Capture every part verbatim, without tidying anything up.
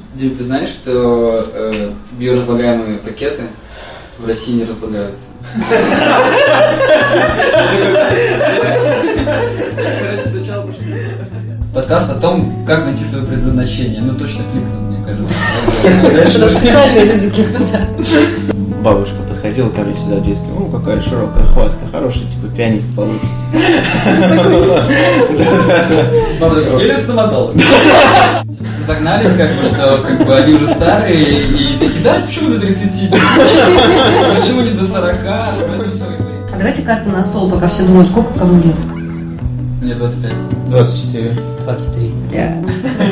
Дим, ты знаешь, что э, биоразлагаемые пакеты в России не разлагаются? Короче, сначала подкаст о том, как найти свое предназначение. Ну, точно кликнут, мне кажется. Потому что специальные люди кликнут, да. Бабушка подходила ко мне всегда в детстве. Ну, какая широкая хватка, хороший, типа, пианист получится. Или стоматолог. Загнались, как бы, что как бы они уже старые и такие, да, почему до тридцати? Почему не до сорока? А давайте карты на стол, пока все думают, сколько кому лет. Мне двадцать пять. двадцать четыре. двадцать три. Да.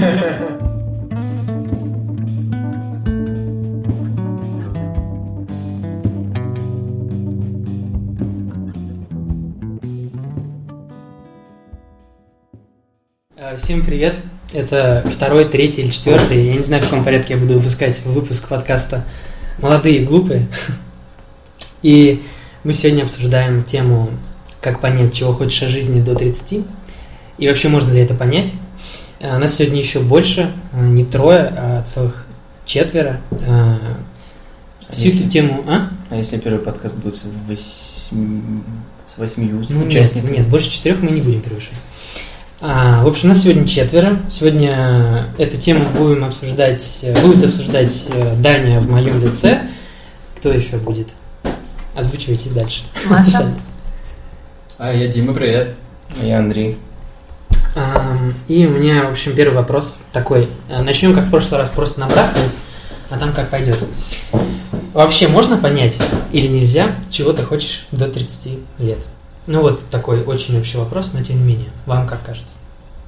Всем привет! Это второй, третий или четвертый, я не знаю, в каком порядке я буду выпускать выпуск подкаста «Молодые и глупые». И мы сегодня обсуждаем тему «Как понять, чего хочешь о жизни до тридцати?» и вообще можно ли это понять. Нас сегодня еще больше, не трое, а целых четверо. Всю эту тему... А? А если первый подкаст будет с восьми, с восьми ну, участниками? Нет, нет, больше четырех мы не будем превышать. А, в общем, нас сегодня четверо. Сегодня эту тему будем обсуждать, будет обсуждать Даня в моем лице. Кто еще будет? Озвучивайте дальше. Маша. А, я Дима, привет. Я Андрей. А, и у меня, в общем, первый вопрос такой. Начнем, как в прошлый раз, просто набрасывать, а там как пойдет. Вообще можно понять или нельзя, чего ты хочешь до тридцати лет? Ну вот такой очень общий вопрос, но тем не менее. Вам как кажется?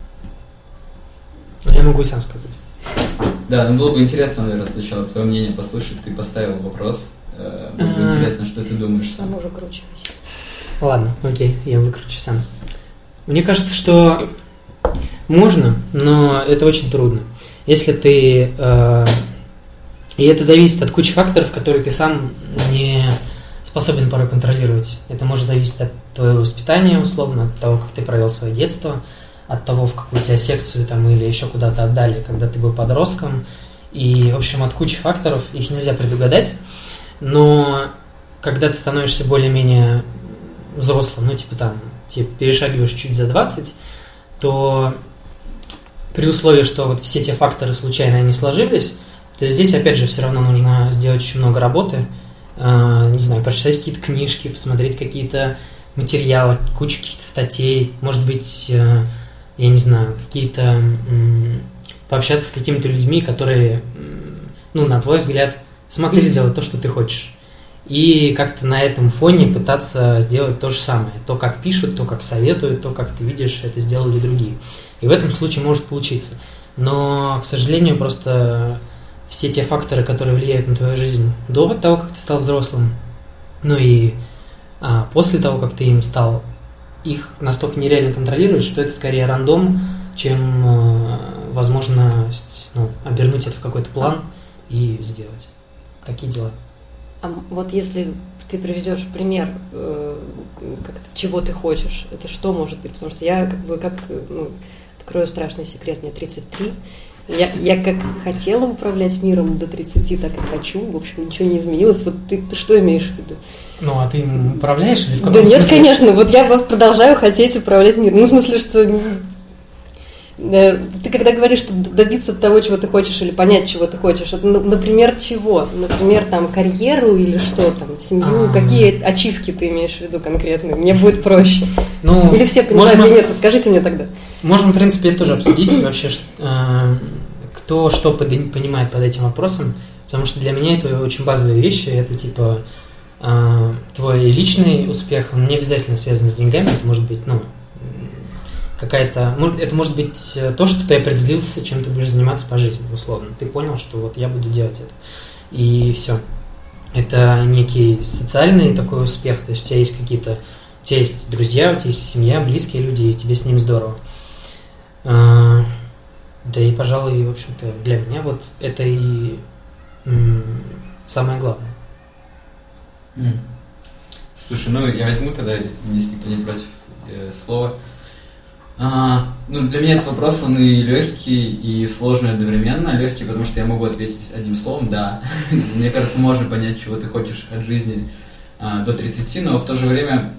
Я могу и сам сказать. Да, ну было бы интересно, наверное, сначала твое мнение послушать. Ты поставил вопрос. Было бы интересно, что ты думаешь. Сам уже выкручивайся. Ладно, окей, я выкручу сам. Мне кажется, что можно, но это очень трудно. Если ты... Э, и это зависит от кучи факторов, которые ты сам не способен порой контролировать. Это может зависеть от твоего воспитания, условно, от того, как ты провел свое детство, от того, в какую тебя секцию там или еще куда-то отдали, когда ты был подростком. И, в общем, от кучи факторов их нельзя предугадать. Но когда ты становишься более-менее взрослым, ну, типа там, типа, перешагиваешь чуть за двадцать, то при условии, что вот все те факторы случайно не сложились, то здесь, опять же, все равно нужно сделать очень много работы, не знаю, прочитать какие-то книжки, посмотреть какие-то материалы, кучу каких-то статей, может быть, я не знаю, какие-то пообщаться с какими-то людьми, которые, ну, на твой взгляд, смогли сделать то, что ты хочешь. И как-то на этом фоне пытаться сделать то же самое. То, как пишут, то, как советуют, то, как ты видишь, это сделали другие. И в этом случае может получиться. Но, к сожалению, просто все те факторы, которые влияют на твою жизнь до того, как ты стал взрослым, ну и а, после того, как ты им стал, их настолько нереально контролировать, что это скорее рандом, чем а, возможность, ну, обернуть это в какой-то план и сделать. Такие дела. А вот если ты приведешь пример, э, как-то, чего ты хочешь, это что может быть? Потому что я как бы, как, ну, открою страшный секрет, мне тридцать три, Я, я как хотела управлять миром до тридцати, так и хочу. В общем, ничего не изменилось. Вот ты, ты что имеешь в виду? Ну, а ты им управляешь или в каком да смысле? Да нет, конечно. Вот я продолжаю хотеть управлять миром. Ну, в смысле, что... Ты когда говоришь, что добиться того, чего ты хочешь, или понять, чего ты хочешь, это, например, чего? Например, там, карьеру или что там, семью? А-а-а. Какие ачивки ты имеешь в виду конкретно? Мне будет проще. Ну, или все понимают, можно... или нет? Скажите мне тогда. Можем, в принципе, это тоже обсудить вообще, кто что понимает под этим вопросом, потому что для меня это очень базовые вещи. Это типа твой личный успех, он не обязательно связан с деньгами, это может быть, ну, какая-то, это может быть то, что ты определился, чем ты будешь заниматься по жизни, условно. Ты понял, что вот я буду делать это. И все. Это некий социальный такой успех, то есть у тебя есть какие-то, у тебя есть друзья, у тебя есть семья, близкие люди, и тебе с ними здорово. Да и, пожалуй, в общем-то, для меня вот это и м- самое главное. Mm. Слушай, ну я возьму тогда, если никто не против, э, слово. А, ну, для меня этот вопрос, он и легкий, и сложный одновременно. Легкий, потому что я могу ответить одним словом «да». Мне кажется, можно понять, чего ты хочешь от жизни а, до тридцати, но в то же время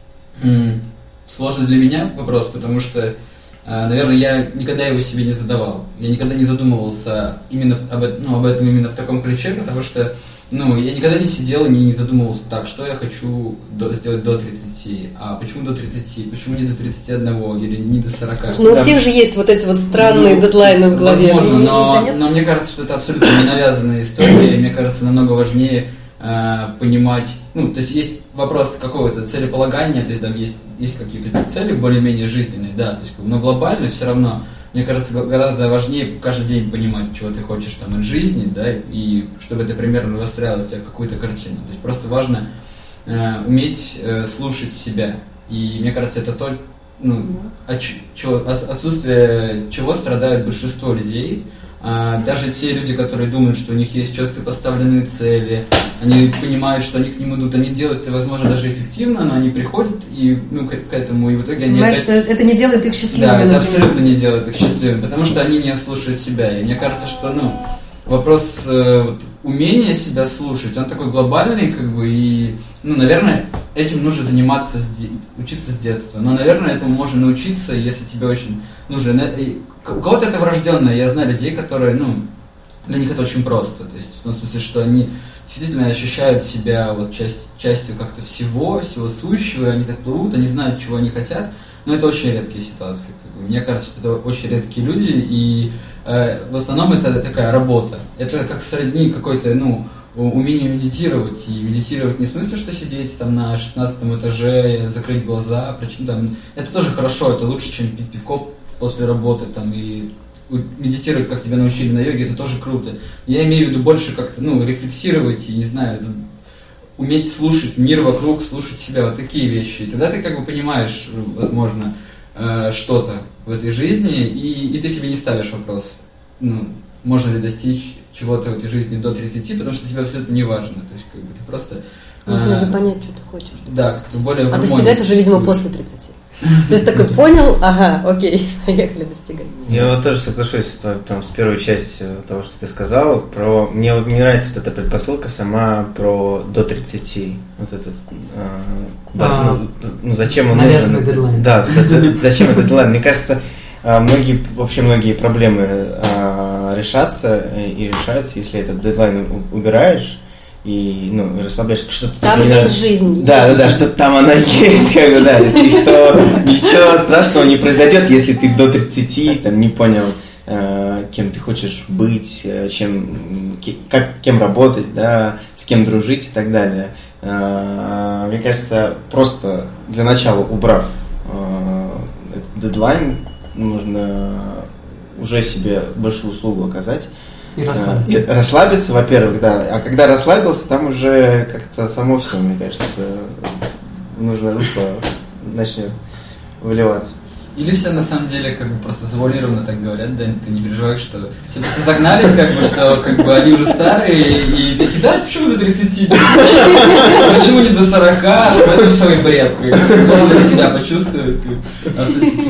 м- сложный для меня вопрос, потому что, а, наверное, я никогда его себе не задавал. Я никогда не задумывался именно в, об, ну, об этом именно в таком ключе, потому что ну, я никогда не сидел и не задумывался так, что я хочу до, сделать до тридцати, а почему до тридцати, почему не до тридцати одного или не до сорока. Ну, у всех же есть вот эти вот странные ну, дедлайны в голове. Возможно, но, но мне кажется, что это абсолютно не навязанная история, и мне кажется, намного важнее э, понимать, ну, то есть есть вопрос какого-то целеполагания, то есть там есть, есть какие-то цели более-менее жизненные, да, то есть, но глобально все равно. Мне кажется, гораздо важнее каждый день понимать, чего ты хочешь там от жизни, да, и чтобы это примерно выстраивалось в тебя в какую-то картину. То есть просто важно э, уметь э, слушать себя. И мне кажется, это то, ну, от, чего, от отсутствие чего страдают большинство людей. А, даже те люди, которые думают, что у них есть четко поставленные цели, они понимают, что они к ним идут, они делают это, возможно, даже эффективно, но они приходят и, ну, к, к этому, и в итоге они Понимаешь, опять... что это не делает их счастливыми, Да, это например. абсолютно не делает их счастливыми, потому что они не слушают себя. И мне кажется, что, ну, вопрос э, вот, умения себя слушать, он такой глобальный, как бы, и, ну, наверное, этим нужно заниматься, с де... учиться с детства. Но, наверное, этому можно научиться, если тебе очень нужно. У кого-то это врожденное. Я знаю людей, которые, ну, для них это очень просто. То есть, в том смысле, что они действительно ощущают себя вот часть, частью как-то всего, всего сущего, и они так плывут, они знают, чего они хотят. Но это очень редкие ситуации. Как бы. Мне кажется, что это очень редкие люди, и э, в основном это такая работа. Это как сродни какой-то, ну, умение медитировать. И медитировать не в смысле, что сидеть там на шестнадцатом этаже, закрыть глаза, причем там... Это тоже хорошо, это лучше, чем пить пивко после работы там и медитировать, как тебя научили на йоге, это тоже круто. Я имею в виду больше как-то, ну, рефлексировать и, не знаю, уметь слушать мир вокруг, слушать себя, вот такие вещи. И тогда ты как бы понимаешь, возможно, э, что-то в этой жизни, и, и ты себе не ставишь вопрос, ну, можно ли достичь чего-то в этой жизни до тридцати, потому что тебе абсолютно не важно. То есть, как бы, ты просто... Нужно э, ли понять, что ты хочешь. Да, как-то более... А достигать уже, видимо, после тридцати. То есть такой понял, ага, окей, поехали достигать. Я вот тоже соглашусь там, с первой частью того, что ты сказал. Про... Мне вот не нравится вот эта предпосылка сама про до тридцати. Вот этот... Э, а, ну, ну, зачем он навязанный нужен? Дедлайн. Да, да, да, зачем этот дедлайн? Мне кажется, многие, вообще многие проблемы э, решатся и решаются, если этот дедлайн убираешь. И, ну, расслабляешь, что-то... Там есть надо... жизнь. Да, есть. да, да, что там она есть, как бы, да. И что ничего страшного не произойдет, если ты до тридцати там не понял, э, кем ты хочешь быть, чем, как, кем работать, да, с кем дружить и так далее. Э, мне кажется, просто для начала убрав э, этот дедлайн, нужно уже себе большую услугу оказать. И расслабиться. Расслабиться, во-первых, да. А когда расслабился, там уже как-то само все, мне кажется, в нужное русло начнет выливаться. Или все на самом деле как бы просто завуалированно так говорят, да, ты не переживаешь, что все просто загнались, как бы, что как бы они уже старые, и такие, да, почему до тридцати? Почему не до сорока? Это все и бред, должен себя почувствовать. А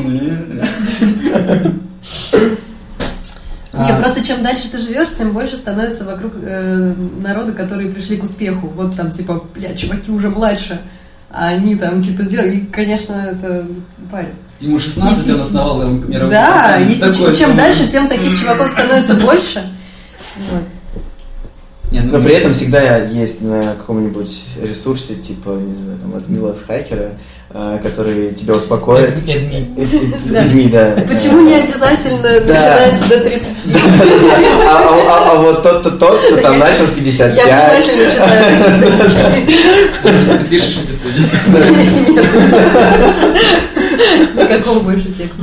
Не, просто чем дальше ты живешь, тем больше становится вокруг э, народа, которые пришли к успеху. Вот там, типа, бля, чуваки уже младше, а они там, типа, сделали. И, конечно, это парень. Ему шестнадцать, и, он основал там мировой. Да, и такой, чем там... дальше, тем таких чуваков становится больше. Вот. Не, ну, но при этом всегда есть на каком-нибудь ресурсе, типа, не знаю, там, от милофхакера, который тебя успокоит. Людьми, да. Почему не обязательно начинается до тридцати? А вот тот-то, тот, кто там начал в пятьдесят пять. Я внимательно читаю. Ты пишешь эти статьи? Никакого больше текста.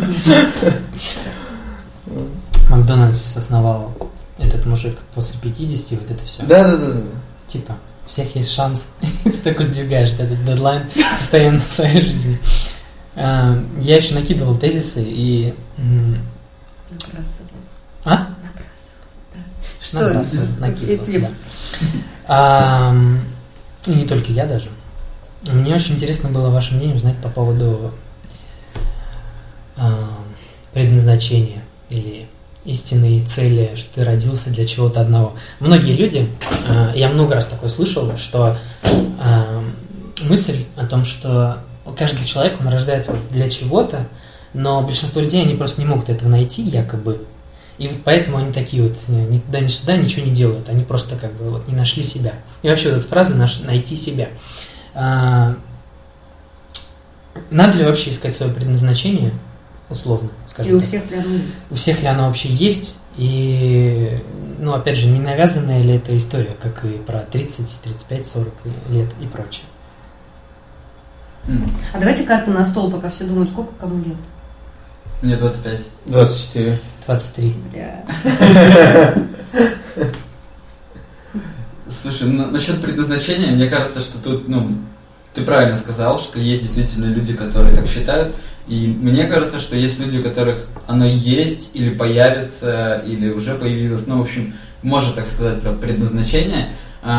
Макдональдс основал этот мужик после пятидесяти, вот это все. Да, да, да, да. Типа, у всех есть шанс. Ты такой сдвигаешь этот дедлайн постоянно в своей жизни. Я еще накидывал тезисы и... Набрасывал. А? Набрасывал. Что набрасывал? Накидывал, да. И не только я даже. Мне очень интересно было ваше мнение узнать по поводу предназначения или истинные цели, что ты родился для чего-то одного. Многие люди, я много раз такое слышал, что мысль о том, что каждый человек, он рождается для чего-то, но большинство людей, они просто не могут этого найти, якобы. И вот поэтому они такие вот ни туда, ни сюда ничего не делают. Они просто как бы вот не нашли себя. И вообще вот эта фраза «найти себя». Надо ли вообще искать свое предназначение, условно, скажем И у так? всех ли оно есть? У всех ли оно вообще есть? И, ну, опять же, не навязанная ли эта история, как и про тридцать, тридцать пять, сорок лет и прочее? А давайте карты на стол, пока все думают, сколько кому лет. Мне двадцать пять. двадцать четыре. двадцать три. Бля. Слушай, ну, насчет предназначения, мне кажется, что тут, ну, ты правильно сказал, что есть действительно люди, которые так считают. И мне кажется, что есть люди, у которых оно есть, или появится, или уже появилось. Ну, в общем, можно так сказать про предназначение.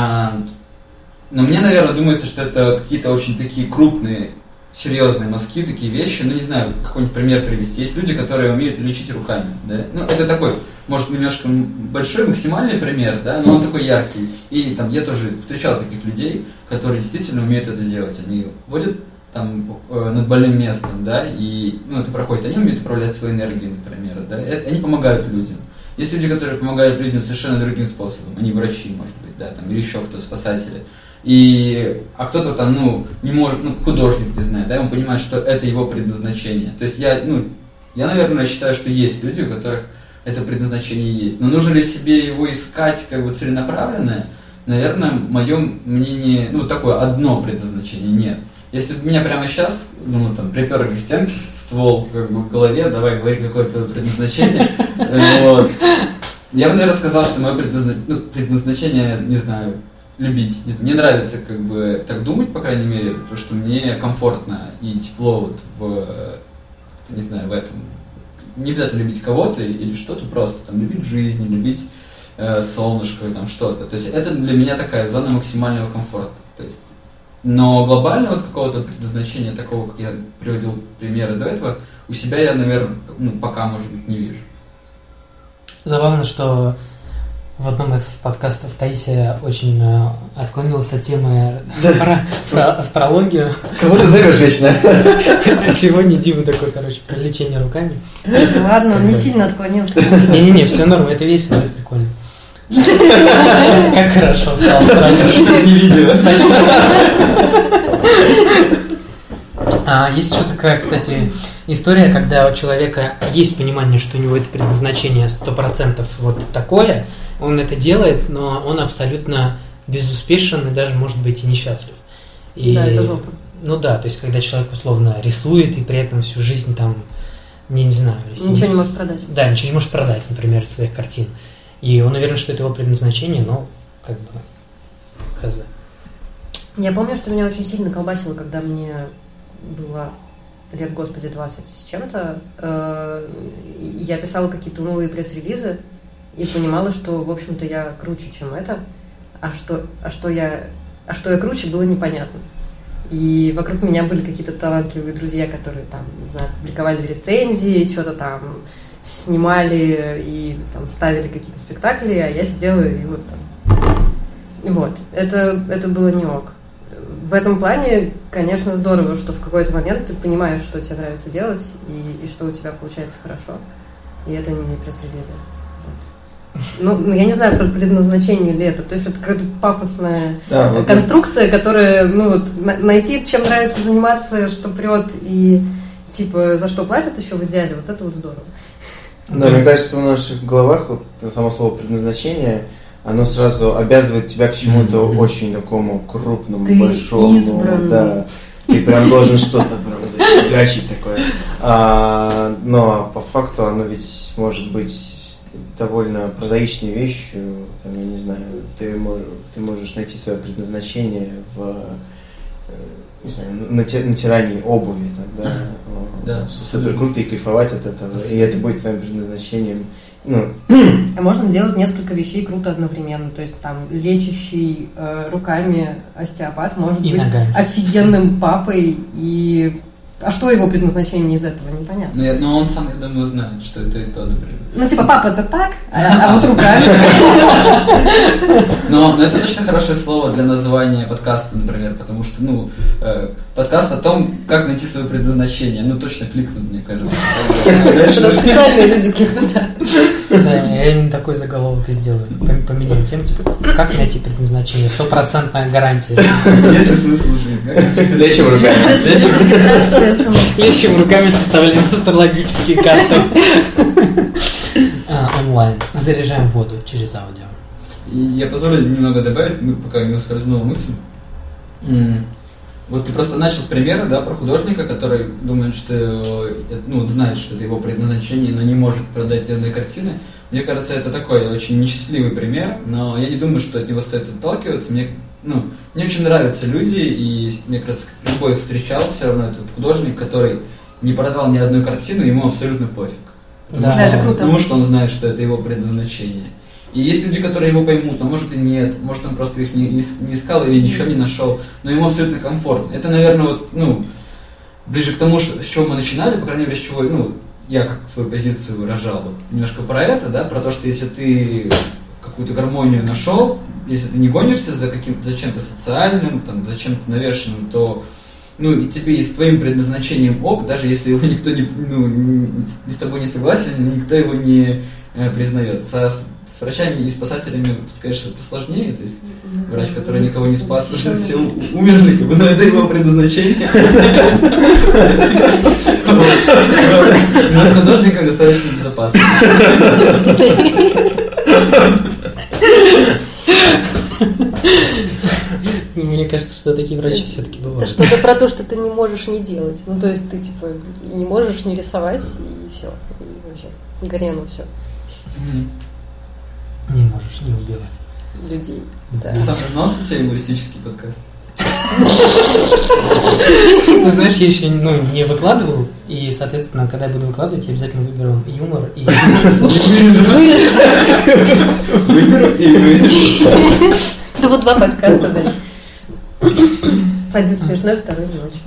Но мне, наверное, думается, что это какие-то очень такие крупные, серьезные мазки, такие вещи. Ну, не знаю, какой-нибудь пример привести. Есть люди, которые умеют лечить руками. Да? Ну, это такой, может, немножко большой, максимальный пример, да, но он такой яркий. И там я тоже встречал таких людей, которые действительно умеют это делать. Они водят там над больным местом, да, и, ну, это проходит. Они умеют управлять своей энергией, например, да, и они помогают людям. Есть люди, которые помогают людям совершенно другим способом. Они врачи, может быть, да, там, или еще кто-то, спасатели. И, а кто-то там, ну, не может, ну, художник, не знаю, да, он понимает, что это его предназначение. То есть я, ну, я, наверное, считаю, что есть люди, у которых это предназначение есть. Но нужно ли себе его искать, как бы, целенаправленное? Наверное, мое мнение, ну, такое одно предназначение нет. Если бы меня прямо сейчас, ну, там, приперли к стенке, ствол, как бы, в голове, давай говори какое-то предназначение, вот, я бы, наверное, сказал, что мое предназначение, не знаю, любить. Мне нравится, как бы, так думать, по крайней мере, потому что мне комфортно и тепло вот в, не знаю, в этом. Не обязательно любить кого-то или что-то, просто там любить жизнь, любить э, солнышко, там что-то. То есть это для меня такая зона максимального комфорта. То есть, но глобального вот какого-то предназначения, такого, как я приводил примеры до этого, у себя я, наверное, ну, пока, может быть, не вижу. Забавно, что в одном из подкастов Таисия очень э, отклонилась от темы про, про астрологию. Кого ты зовешь вечно? А сегодня Дима такой, короче, про лечение руками. Ладно, он не сильно отклонился. Не-не-не, все норм, это весело, это прикольно. Как хорошо стало сразу. Что-то не видела. Спасибо. А есть еще такая, кстати, история, когда у человека есть понимание, что у него это предназначение сто процентов вот такое, он это делает, но он абсолютно безуспешен и даже, может быть, и несчастлив. И, да, это жопа. Ну да, то есть, когда человек, условно, рисует и при этом всю жизнь там, не, не знаю... Ничего сидит, не может продать. Да, ничего не может продать, например, своих картин. И он уверен, что это его предназначение, но как бы хз. Я помню, что меня очень сильно колбасило, когда мне было лет, господи, двадцать с чем-то. Я писала какие-то новые пресс-релизы и понимала, что, в общем-то, я круче, чем это. А что, а что, я, а что я круче, было непонятно. И вокруг меня были какие-то талантливые друзья, которые там, не знаю, публиковали рецензии, что-то там снимали и там ставили какие-то спектакли, а я сидела и вот там. И вот. Это, это было не ок. В этом плане, конечно, здорово, что в какой-то момент ты понимаешь, что тебе нравится делать и, и что у тебя получается хорошо. И это не пресс-релизы. Вот. Ну, ну, я не знаю, про предназначение ли это. То есть это какая-то пафосная да, вот конструкция, да. Которая, ну вот, найти, чем нравится заниматься, что прет и типа за что платят еще в идеале, вот это вот здорово. Да, мне кажется, в наших головах вот само слово предназначение, оно сразу обязывает тебя к чему-то mm-hmm. очень такому крупному, ты большому. Избранный. Да. Ты прям должен что-то прям зафигачить такое. А, но по факту оно ведь может быть довольно прозаичной вещью. Там, я не знаю, ты можешь, ты можешь найти свое предназначение в, не знаю, натирании обуви, там, да, да. Супер круто и кайфовать от этого, и это будет твоим предназначением. Ну. А можно делать несколько вещей круто одновременно, то есть там лечащий э, руками остеопат может и быть ногами. Офигенным папой и А что его предназначение из этого, непонятно. Ну, я, но он сам, я думаю, знает, что это и то, например. Ну, типа, папа, это так, а, а вот руками. Но, но это точно хорошее слово для названия подкаста, например, потому что, ну, э, подкаст о том, как найти свое предназначение. Ну, точно кликнут, мне кажется. Потому что специальные люди кликнут, да. Да, я именно такой заголовок и сделаю. Поменяем тему, типа, как найти предназначение? Стопроцентная гарантия. Есть ли смысл жить? Лечим руками. Лечим руками, составляем астрологические карты. Онлайн. Заряжаем воду через аудио. И я позволю немного добавить, мы пока не ускользнула мысль. Вот ты просто начал с примера, да, про художника, который думает, что, ну, знает, что это его предназначение, но не может продать ни одной картины. Мне кажется, это такой очень несчастливый пример, но я не думаю, что от него стоит отталкиваться. Мне, ну, мне очень нравятся люди, и мне кажется, любой их встречал, все равно это вот художник, который не продал ни одной картины, ему абсолютно пофиг. Потому, да, что, это круто. Потому что он знает, что это его предназначение. И есть люди, которые его поймут, а может и нет, может он просто их не, не, не искал или ничего не нашел, но ему абсолютно комфортно. Это, наверное, вот, ну, ближе к тому, что, с чего мы начинали, по крайней мере, с чего, ну, я как свою позицию выражал, вот, немножко про это, да, про то, что если ты какую-то гармонию нашел, если ты не гонишься за, каким, за чем-то социальным, там, за чем-то навешенным, то, ну, и тебе и с твоим предназначением ок, даже если его никто не, ну, не, не с тобой не согласен, никто его не э, признает. Со, с врачами и спасателями, конечно, посложнее, то есть врач, который никого не спас, потому что все умерли, как бы, но это его предназначение. Но с художником достаточно безопасно. Мне кажется, что такие врачи все-таки бывают. Это что-то про то, что ты не можешь не делать. Ну, то есть ты, типа, не можешь не рисовать, и все. И вообще, горено все. Не можешь не убивать людей. Да. Ты сам знал, что у тебя юмористический подкаст? Ты знаешь, я еще, ну, не выкладывал, и, соответственно, когда я буду выкладывать, я обязательно выберу юмор и... Вырежешь. Выберу и вырежу. Да вот два подкаста, да. Один смешной, второй не очень.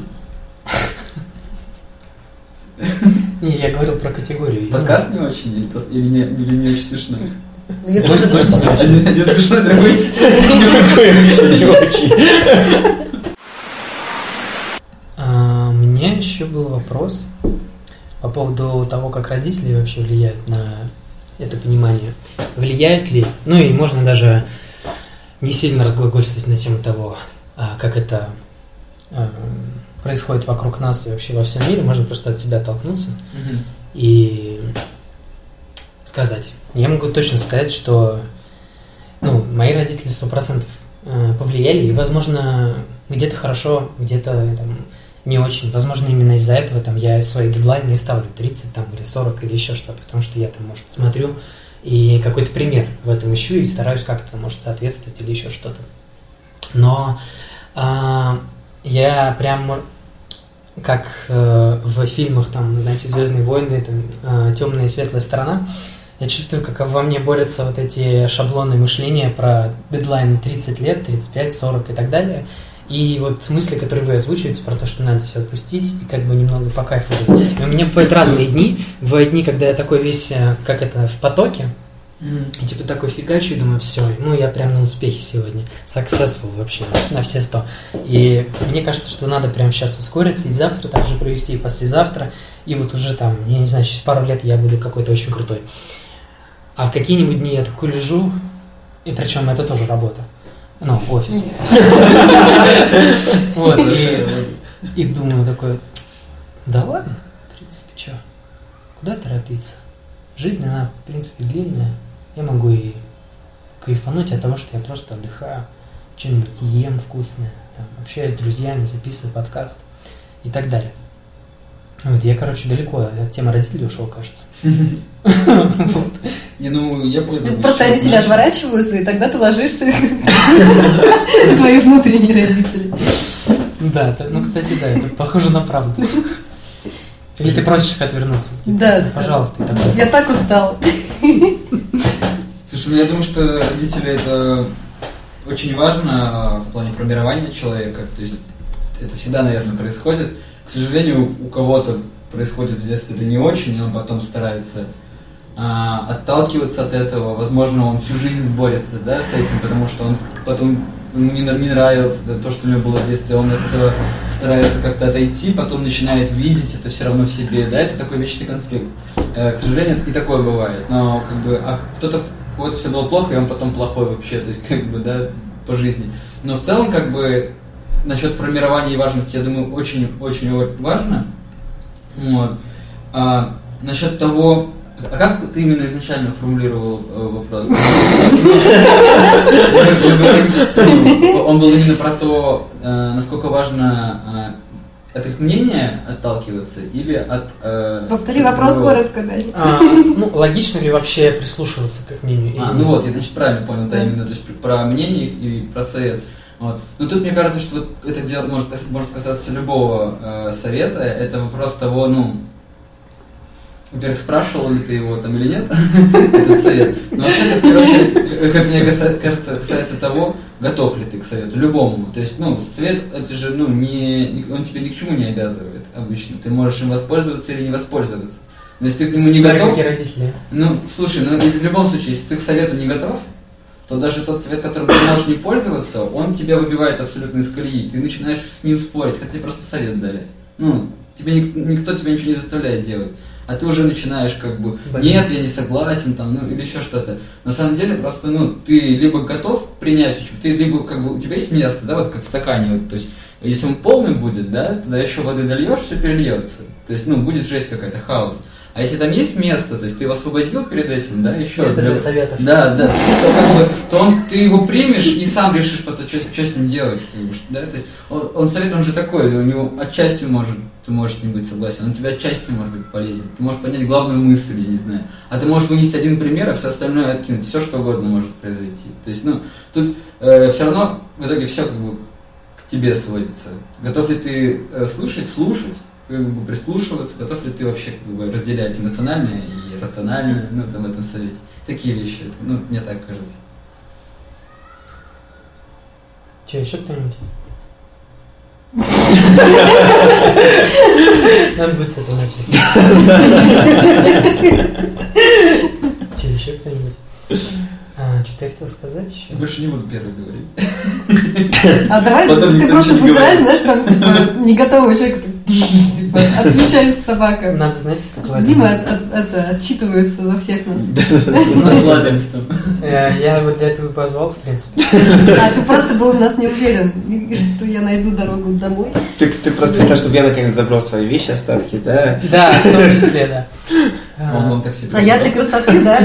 Не, я говорил про категорию. Подкаст не очень или, просто, или, не, или не очень смешной? Если Может, это- может, не очень. Один, один смешной, другой Не очень. А, у меня еще был вопрос по поводу того, как родители вообще влияют на это понимание. Влияют ли? Ну и можно даже не сильно разглагольствовать на тему того, а, как это а, происходит вокруг нас и вообще во всем мире. Можно просто от себя оттолкнуться и сказать. Я могу точно сказать, что, ну, мои родители сто процентов повлияли, и, возможно, где-то хорошо, где-то там не очень. Возможно, именно из-за этого там я свои дедлайны не ставлю тридцать там, или сорок или еще что-то, потому что я там, может, смотрю и какой-то пример в этом ищу и стараюсь как-то, может, соответствовать или еще что-то. Но а, я прям как э, в фильмах, там, знаете, «Звездные войны», там, э, «Темная и светлая сторона», я чувствую, как во мне борются вот эти шаблоны мышления про дедлайн тридцать лет, тридцать пять, сорок и так далее. И вот мысли, которые вы озвучиваете про то, что надо все отпустить и как бы немного по кайфу быть. И у меня бывают разные дни. Бывают дни, когда я такой весь, как это, в потоке. И типа такой фигачу и думаю, все, ну я прям на успехе сегодня. Successful вообще, на все сто. И мне кажется, что надо прямо сейчас ускориться и завтра также провести, и послезавтра. И вот уже там, я не знаю, через пару лет я буду какой-то очень крутой. А в какие-нибудь дни я такой лежу, и причем это тоже работа. Ну, офис. Вот, и думаю такой, да ладно, в принципе, что, куда торопиться? Жизнь, она, в принципе, длинная. Я могу и кайфануть от того, что я просто отдыхаю, что-нибудь ем вкусное, там, общаюсь с друзьями, записываю подкаст и так далее. Вот, я, короче, далеко от темы родителей ушел, кажется. Не, ну, я понял. Просто родители отворачиваются, и тогда ты ложишься на твои внутренние родители. Да, ну, кстати, да, это похоже на правду. Или ты просишь их отвернуться? Да. Пожалуйста. Я так устала. Слушай, ну я думаю, что родители это очень важно в плане формирования человека. То есть это всегда, наверное, происходит. К к сожалению, у кого-то происходит в детстве это не очень, и он потом старается а, отталкиваться от этого. Возможно, он всю жизнь борется, да, с этим, потому что он потом ему не, не нравится то, что у него было в детстве, он от этого старается как-то отойти, потом начинает видеть это все равно в себе, да, это такой вечный конфликт. Э, к сожалению, и такое бывает, но как бы, а кто-то, у кого-то все было плохо, и он потом плохой вообще, то есть как бы, да, по жизни. Но в целом, как бы, насчет формирования и важности, я думаю, очень-очень важно. Вот. А, насчет того, а как ты именно изначально формулировал э, вопрос? Он был именно про то, насколько важно от их мнения отталкиваться или от... Повтори вопрос коротко, да. Ну, логично ли вообще прислушиваться к их мнению? А, ну вот, я, значит, правильно понял, да, именно, то есть про мнение и про совет. Вот. Но тут мне кажется, что вот это дело может, может касаться любого э, совета. Это вопрос того, ну, во-первых, спрашивал ли ты его там или нет, этот совет. Но вообще, это, в первую очередь, как мне кажется, касается того, готов ли ты к совету, любому. То есть, ну, совет, это же, ну, не, он тебя ни к чему не обязывает обычно. Ты можешь им воспользоваться или не воспользоваться. Но если ты к нему не готов... Какие родители? Ну, слушай, ну, если, в любом случае, если ты к совету не готов, то даже тот совет, которым ты можешь не пользоваться, он тебя выбивает абсолютно из колеи. Ты начинаешь с ним спорить, хотя тебе просто совет дали. Ну, тебе ник- никто тебя ничего не заставляет делать. А ты уже начинаешь как бы, нет, я не согласен, там, ну, или еще что-то. На самом деле, просто, ну, ты либо готов принять, ты либо, как бы, у тебя есть место, да, вот как в стакане, вот, то есть, если он полный будет, да, тогда еще воды дольешь, все перельется. То есть, ну, будет жесть какая-то, хаос. А если там есть место, то есть ты его освободил перед этим, да, еще место для советов. Да, да, то, как бы, то он, ты его примешь и сам решишь потом, что, что с ним делать, как бы, да, то есть он, он совет, он же такой, у него отчасти может, ты можешь с ним быть согласен, он тебе отчасти может быть полезен, ты можешь понять главную мысль, я не знаю, а ты можешь вынести один пример, а все остальное откинуть, все что угодно может произойти, то есть, ну, тут э, все равно в итоге все как бы к тебе сводится, готов ли ты э, слышать, слушать, как бы прислушиваться, готов ли ты вообще как бы разделять эмоциональное и рациональное, ну, там, в этом совете. Такие вещи, это, ну, мне так кажется. Че, еще кто-нибудь? Надо будет с этого начать. Че, еще кто-нибудь? А, что-то я хотел сказать еще. Я больше не буду первый говорить. А давай Потом ты никто просто ничего не выбирай, говорит. знаешь, там, типа, не готового человека, типа, отключается собака. Надо, знаете, как Дима от, от, это, отчитывается за всех нас. Наслабились там. Я его для этого и позвал, в принципе. А ты просто был в нас не уверен, что я найду дорогу домой. Ты, ты просто хотел, чтобы я наконец забрал свои вещи, остатки, да? Да, в том числе, да. Он вам такси А я для красоты, да?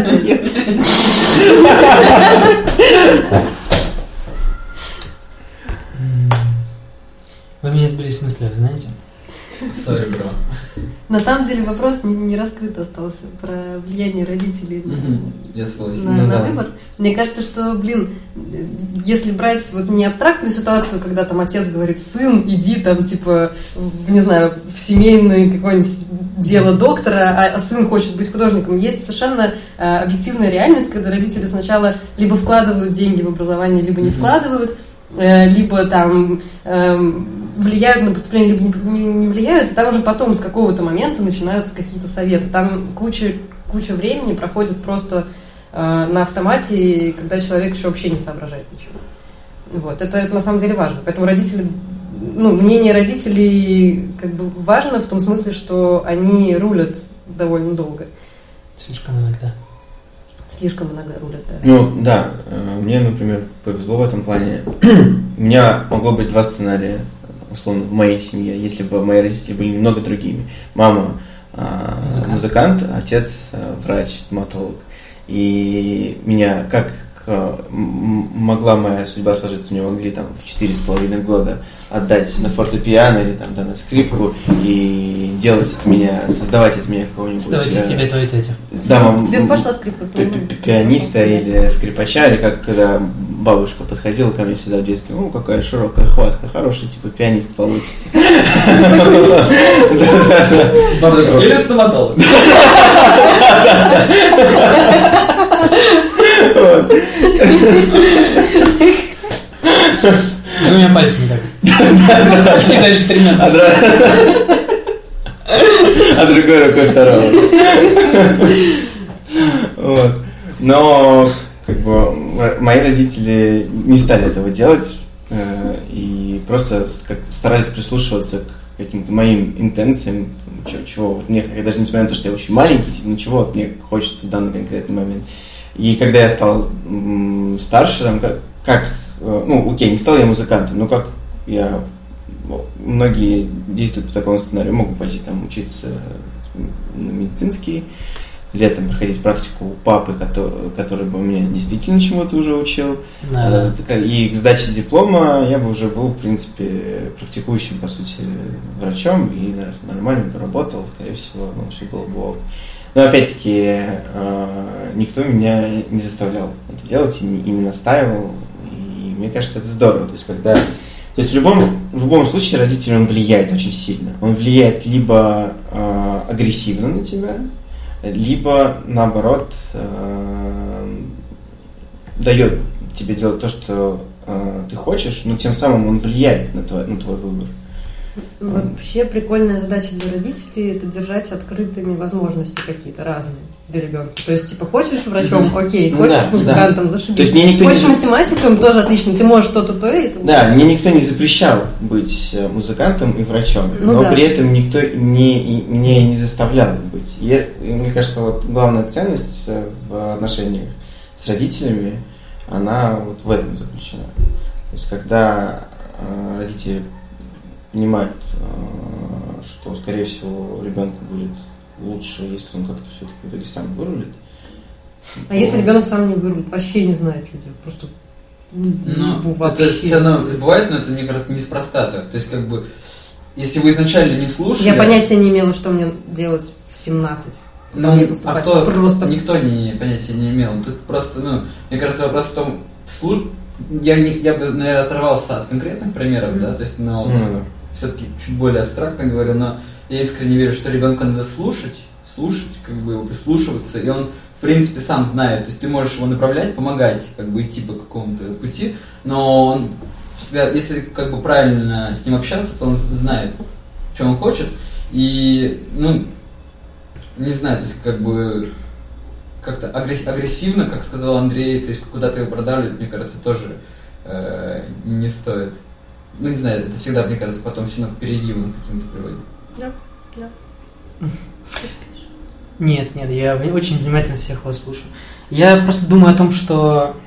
Вы меня сбили с мысли, вы знаете? Сори, бро. На самом деле вопрос не, не раскрыт остался про влияние родителей Угу. Я согласен. на, Ну на да. выбор. Мне кажется, что, блин, если брать вот не абстрактную ситуацию, когда там отец говорит: сын, иди там, типа, в, не знаю, в семейное какое-нибудь дело доктора, а, а сын хочет быть художником. Есть совершенно а, объективная реальность, когда родители сначала либо вкладывают деньги в образование, либо не Мгм. вкладывают, э, либо там эм, влияют на поступление, либо не, не влияют, и там уже потом с какого-то момента начинаются какие-то советы. Там куча, куча времени проходит просто э, на автомате, и когда человек еще вообще не соображает ничего. Вот. Это, это на самом деле важно. Поэтому родители, ну, мнение родителей как бы важно в том смысле, что они рулят довольно долго. Слишком иногда. Слишком иногда рулят, да. Ну, да, э, мне, например, повезло в этом плане. У меня могло быть два сценария, условно, в моей семье, если бы мои родители были немного другими. Мама а, Музыкант. музыкант, отец а, врач, стоматолог. И меня, как а, м- могла моя судьба сложиться, мне могли там в четыре с половиной года отдать на фортепиано или там, да, на скрипку и делать из меня, создавать из меня какого-нибудь... Сдавать из э, тебя твою тетю. да, мам- Тебе бы пошла скрипка? пи- пи- пианиста или скрипача, или как когда бабушка подходила ко мне всегда в детстве: ну, какая широкая хватка, хороший, типа, пианист получится. Баба такой, или стоматолог. Двумя пальцами так. И дальше тремя. А, да. а другой рукой второго. Вот. Но как бы мои родители не стали этого делать и просто как старались прислушиваться к каким-то моим интенциям, чего, чего вот мне, даже несмотря на то, что я очень маленький, ну чего вот мне хочется в данный конкретный момент. И когда я стал м, старше, там, как, как, ну, окей, не стал я музыкантом, но как я, многие действуют по такому сценарию, могут пойти там учиться на медицинский, летом проходить практику у папы, который, который бы меня действительно чему-то уже учил. Да. И к сдаче диплома я бы уже был, в принципе, практикующим, по сути, врачом и нормально бы работал, скорее всего, ну, все было бы ок. Но опять-таки никто меня не заставлял это делать и не настаивал. И мне кажется, это здорово. То есть, когда... То есть в любом, в любом случае родитель, он влияет очень сильно. Он влияет либо агрессивно на тебя, либо, наоборот, э, дает тебе делать то, что э, ты хочешь, но тем самым он влияет на твой, на твой выбор. Вообще прикольная задача для родителей – это держать открытыми возможности какие-то разные для ребенка. То есть, типа, хочешь врачом – окей, ну, хочешь да, музыкантом да. – зашибись. То есть, мне никто хочешь не... математиком – тоже отлично, ты можешь то-то, то и это. Да, мне никто не запрещал быть музыкантом и врачом, ну, но да. при этом никто не, меня не заставлял быть. И, и мне кажется, вот главная ценность в отношениях с родителями, она вот в этом заключена. То есть, когда э, родители понимать, что, скорее всего, ребенку будет лучше, если он как-то все-таки в итоге сам вырулит. А то... если ребенок сам не вырулит, вообще не знает, что делать, просто ну, вообще. Это все равно бывает, но это, мне кажется, неспроста так. То есть, как бы, если вы изначально не слушали... Я понятия не имела, что мне делать в семнадцать. Ну, мне поступать. А кто, просто... никто не, понятия не имел. Тут просто, ну, мне кажется, вопрос в том, слуш... я, не, я бы, наверное, оторвался от конкретных примеров, mm-hmm. да, то есть, ну, mm-hmm. все-таки чуть более абстрактно говорю, но я искренне верю, что ребенка надо слушать, слушать, как бы его прислушиваться, и он, в принципе, сам знает, то есть ты можешь его направлять, помогать, как бы идти по какому-то пути, но он, если как бы правильно с ним общаться, то он знает, что он хочет, и, ну, не знаю, то есть как бы как-то агрессивно, как сказал Андрей, то есть куда-то его продавливать, мне кажется, тоже э, не стоит. Ну, не знаю, это всегда, мне кажется, потом все к перегибам каким-то приводит. Да, да. Нет, нет, я очень внимательно всех вас слушаю. Я просто думаю о том, что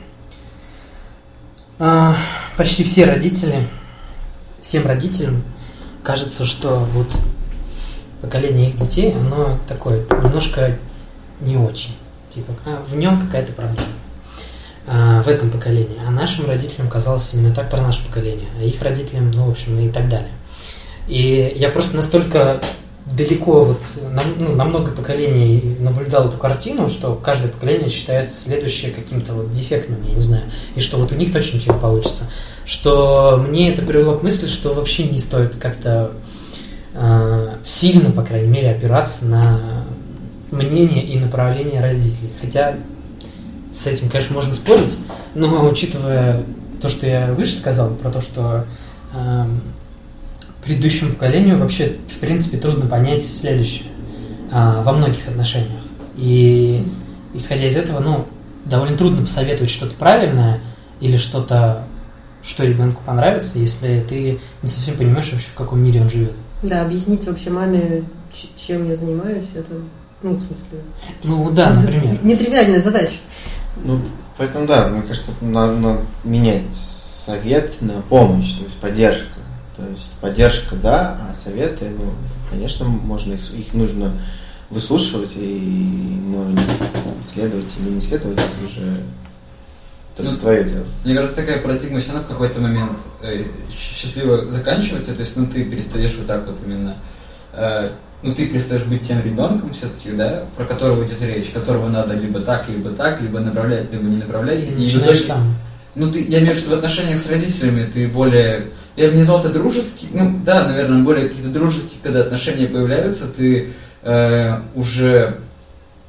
э, почти все родители, всем родителям кажется, что вот поколение их детей, оно такое немножко не очень. Типа, а в нем какая-то проблема. В этом поколении. А нашим родителям казалось именно так про наше поколение, а их родителям, ну, в общем, и так далее. И я просто настолько далеко, вот, на, ну, на много поколений наблюдал эту картину, что каждое поколение считает следующее каким-то вот дефектным, я не знаю, и что вот у них точно ничего получится, что мне это привело к мысли, что вообще не стоит как-то э, сильно, по крайней мере, опираться на мнение и направление родителей. Хотя с этим, конечно, можно спорить, но учитывая то, что я выше сказал, про то, что э, предыдущему поколению вообще, в принципе, трудно понять следующее э, во многих отношениях. И исходя из этого, ну, довольно трудно посоветовать что-то правильное или что-то, что ребенку понравится, если ты не совсем понимаешь вообще, в каком мире он живет. Да, объяснить вообще маме, чем я занимаюсь, это, ну, в смысле... Ну, да, например. Нетривиальная задача. Ну, поэтому, да, мне кажется, надо, надо менять совет на помощь, то есть поддержка. То есть поддержка, да, а советы, ну, конечно, можно их, их нужно выслушивать, и, ну, следовать или не следовать, это уже только ну, твое дело. Мне кажется, такая парадигма все равно в какой-то момент э, счастливо заканчивается, то есть, ну, ты перестаешь вот так вот именно... Э, ну, ты перестаешь быть тем ребенком все-таки, да, про которого идет речь, которого надо либо так, либо так, либо направлять, либо не направлять. И начинаешь сам. Ну, ты, я имею в виду, что в отношениях с родителями ты более... Я бы не назвал это дружеский, ну, да, наверное, более какие-то дружеские, когда отношения появляются, ты э, уже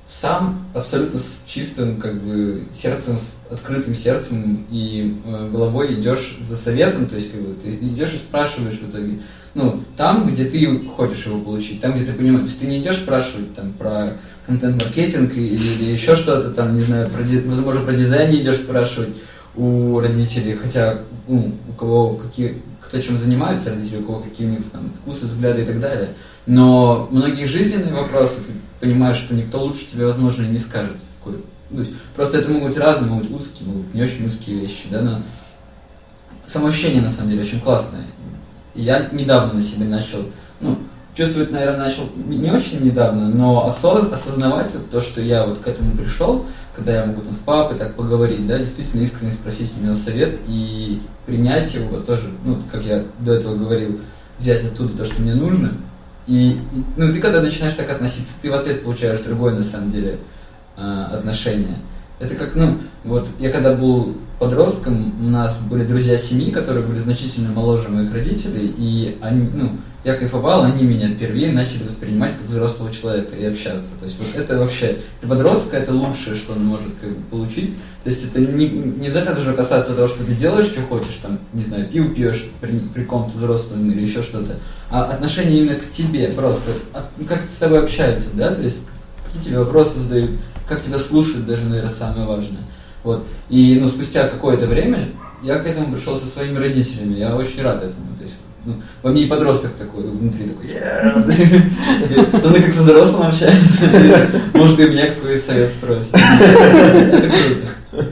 сам абсолютно с чистым как бы сердцем, с открытым сердцем и э, головой идешь за советом, то есть как бы ты идешь и спрашиваешь в итоге, ну, там, где ты хочешь его получить, там, где ты понимаешь, то есть ты не идешь спрашивать там про контент-маркетинг или, или еще что-то там, не знаю, про, возможно, про дизайн идешь спрашивать у родителей, хотя ну, у кого какие, кто чем занимается, родители, у кого какие у них там вкусы, взгляды и так далее. Но многие жизненные вопросы, ты понимаешь, что никто лучше тебе, возможно, и не скажет. Ну, просто это могут быть разные, могут быть узкие, могут быть не очень узкие вещи, да, но самоощущение, на самом деле, очень классное. И я недавно на себе начал, ну, чувствовать, наверное, начал не очень недавно, но осоз- осознавать вот то, что я вот к этому пришел, когда я могу там, с папой так поговорить, да, действительно искренне спросить у него совет и принять его тоже, ну, как я до этого говорил, взять оттуда то, что мне нужно. И, и ну, ты когда начинаешь так относиться, ты в ответ получаешь другое, на самом деле, э, отношение. Это как, ну, вот я когда был подростком, у нас были друзья семьи, которые были значительно моложе моих родителей, и они, ну, я кайфовал, они меня впервые начали воспринимать как взрослого человека и общаться. То есть вот это вообще, для подростка это лучшее, что он может как бы, получить. То есть это не, не обязательно должно касаться того, что ты делаешь, что хочешь, там, не знаю, пиво пьешь при, при ком-то взрослом или еще что-то, а отношение именно к тебе просто, как с тобой общаются, да, то есть какие тебе вопросы задают, как тебя слушают, даже, наверное, самое важное. Вот. И ну, спустя какое-то время я к этому пришел со своими родителями. Я очень рад этому. То есть, ну, во мне и подросток такой, внутри такой, пацаны как со взрослым общаются. Может, и меня какой-то совет спросит. Это круто.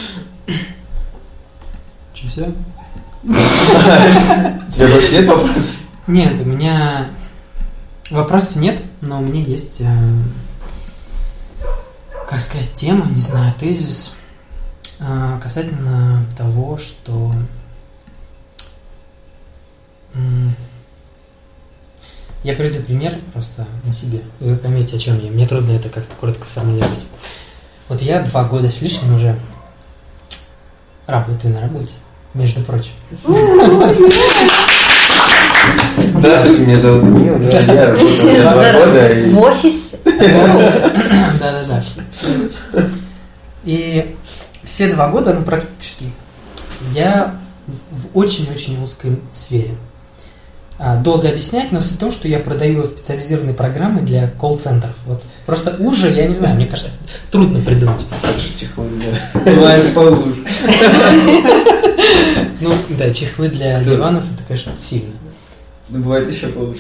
Че, все? У тебя больше нет вопросов? Нет, у меня вопросов нет, но у меня есть... как сказать, тема, не знаю, тезис э, касательно того, что м- я приведу пример просто на себе. Вы поймете, о чем я. Мне трудно это как-то коротко сформулировать. Вот я два года с лишним уже работаю на работе, между прочим. Здравствуйте, меня зовут Эмил, я работаю уже два года. В офисе? Да-да-да. И все два года, ну практически, я в очень-очень узкой сфере. Долго объяснять, но суть в том, что я продаю специализированные программы для колл-центров. Вот просто уже, я не знаю, мне кажется, трудно придумать. Также чехлы для... Бывает поуже. Ну да, чехлы для диванов, это, конечно, сильно. Ну, бывает еще поуже.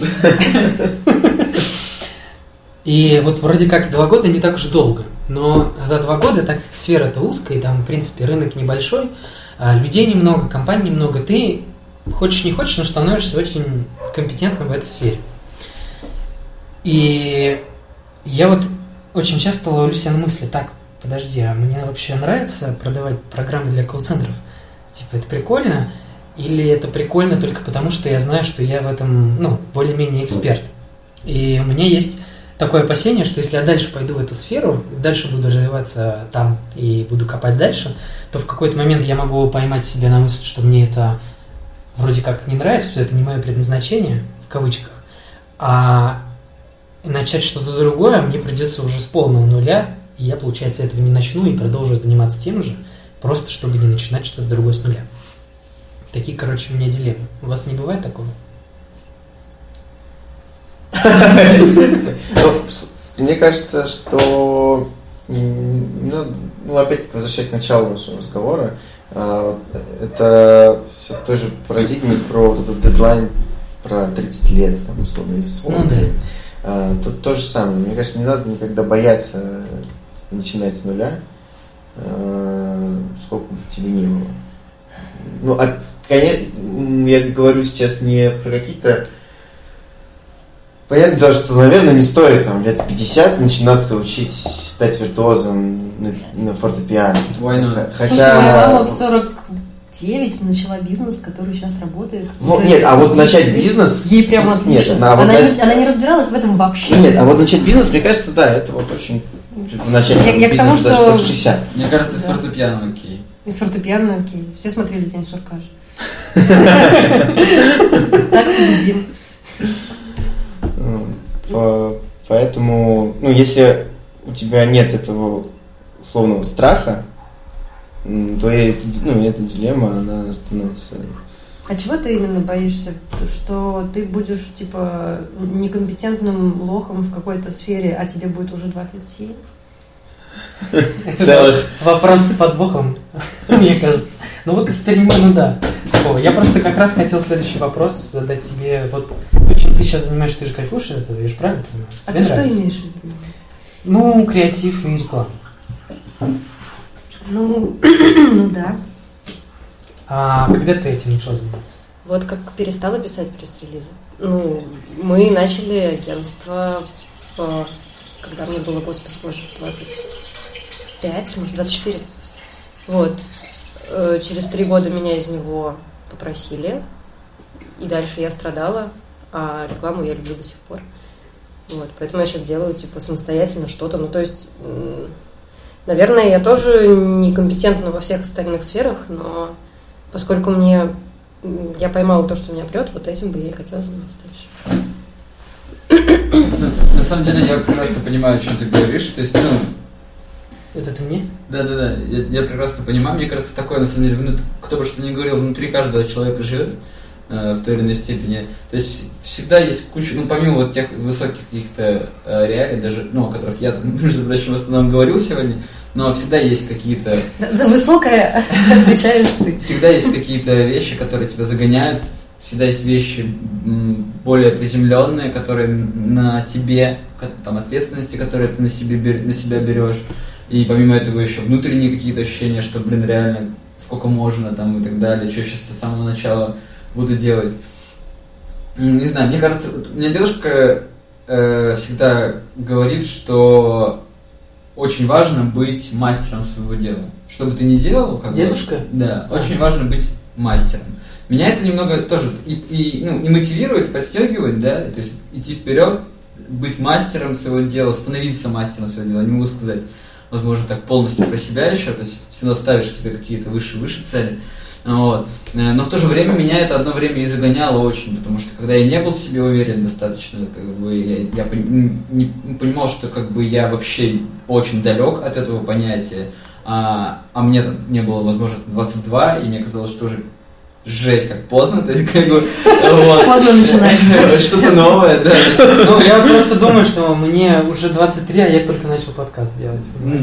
И вот вроде как два года не так уж долго, но за два года, так сфера-то узкая, и там, в принципе, рынок небольшой, людей немного, компаний немного, ты хочешь не хочешь, но становишься очень компетентным в этой сфере. И я вот очень часто ловлю себя на мысли, так, подожди, а мне вообще нравится продавать программы для колл-центров? Типа, это прикольно? Или это прикольно только потому, что я знаю, что я в этом, ну, более-менее эксперт? И у меня есть такое опасение, что если я дальше пойду в эту сферу, дальше буду развиваться там и буду копать дальше, то в какой-то момент я могу поймать себя на мысли, что мне это вроде как не нравится, что это не мое предназначение, в кавычках, а начать что-то другое мне придется уже с полного нуля, и я, получается, этого не начну и продолжу заниматься тем же, просто чтобы не начинать что-то другое с нуля. Такие, короче, у меня дилеммы. У вас не бывает такого? Мне кажется, что, ну, опять-таки, возвращаясь к началу нашего разговора, это все в той же парадигме про вот этот дедлайн про тридцать лет, там, условно, или условно. Ну, да. Тут то же самое. Мне кажется, не надо никогда бояться начинать с нуля, сколько бы тебе ни было. Ну, а, конечно, я говорю сейчас не про какие-то... Понятно, да, что, наверное, не стоит там лет пятьдесят начинаться учить стать виртуозом на, на фортепиано. Хотя... Слушай, моя мама в сорок девять начала бизнес, который сейчас работает. Вот, нет, а вот начать бизнес... Ей прям отлично. Нет, она, она, вот, не, она не разбиралась в этом вообще. Нет, а вот начать бизнес, мне кажется, да, это вот очень... Начать я, я бизнес даже что... под шестьдесят. Мне кажется, с да. фортепиано окей. И с фортепиано окей. Все смотрели «День сурка». Так победим. Поэтому, ну, если у тебя нет этого условного страха, то эта, ну, эта дилемма, она становится... А чего ты именно боишься? Что ты будешь, типа, некомпетентным лохом в какой-то сфере, а тебе будет уже двадцать семь? Целых. Вопрос с подвохом, мне кажется. Ну вот, ну да. Я просто как раз хотел следующий вопрос задать тебе. Вот чем ты сейчас занимаешься, ты же кайфуешь от этого, я же правильно понимаю? А ты что имеешь в виду? Ну, креатив и реклама. Ну, ну да. А когда ты этим начала заниматься? Вот как перестала писать пресс-релизы. Ну, мы начали агентство, когда мне было, господи боже, двадцать пять, может, двадцать четыре. Вот. Через три года меня из него попросили, и дальше я страдала, а рекламу я люблю до сих пор. Вот. Поэтому я сейчас делаю, типа, самостоятельно что-то. Ну, то есть, наверное, я тоже некомпетентна во всех остальных сферах, но поскольку мне я поймала то, что меня прет, вот этим бы я и хотела заниматься дальше. На самом деле, я прекрасно понимаю, о чем ты говоришь. То есть, ну, это ты мне? Да, да, да. Я, я прекрасно понимаю. Мне кажется, такое, на самом деле, внут... кто бы что ни говорил, внутри каждого человека живет э, в той или иной степени. То есть всегда есть куча, ну, помимо вот тех высоких каких-то э, реалий, даже, ну, о которых я, между прочим, в основном говорил сегодня, но всегда есть какие-то... За высокое отвечаешь ты. Всегда есть какие-то вещи, которые тебя загоняют. Всегда есть вещи более приземленные, которые на тебе, там, ответственности, которые ты на, себе, на себя берешь. И помимо этого еще внутренние какие-то ощущения, что, блин, реально, сколько можно там и так далее, что я сейчас с самого начала буду делать. Не знаю, мне кажется, у меня дедушка э, всегда говорит, что очень важно быть мастером своего дела. Что бы ты ни делал, как дедушка? бы, да, очень важно быть мастером. Меня это немного тоже и, и, ну, и мотивирует, и подстегивает, да, то есть идти вперед, быть мастером своего дела, становиться мастером своего дела, не могу сказать, возможно, так полностью про себя еще, то есть всегда ставишь себе какие-то выше-выше цели, вот. Но в то же время меня это одно время и загоняло очень, потому что когда я не был в себе уверен достаточно, как бы, я, я не понимал, что как бы я вообще очень далек от этого понятия, а, а мне, мне было, возможно, двадцать два, и мне казалось, что уже жесть, как поздно, то есть, как бы, вот. Поздно начинается. Что-то новое, да. Ну, я просто думаю, что мне уже двадцать три, а я только начал подкаст делать. Ну,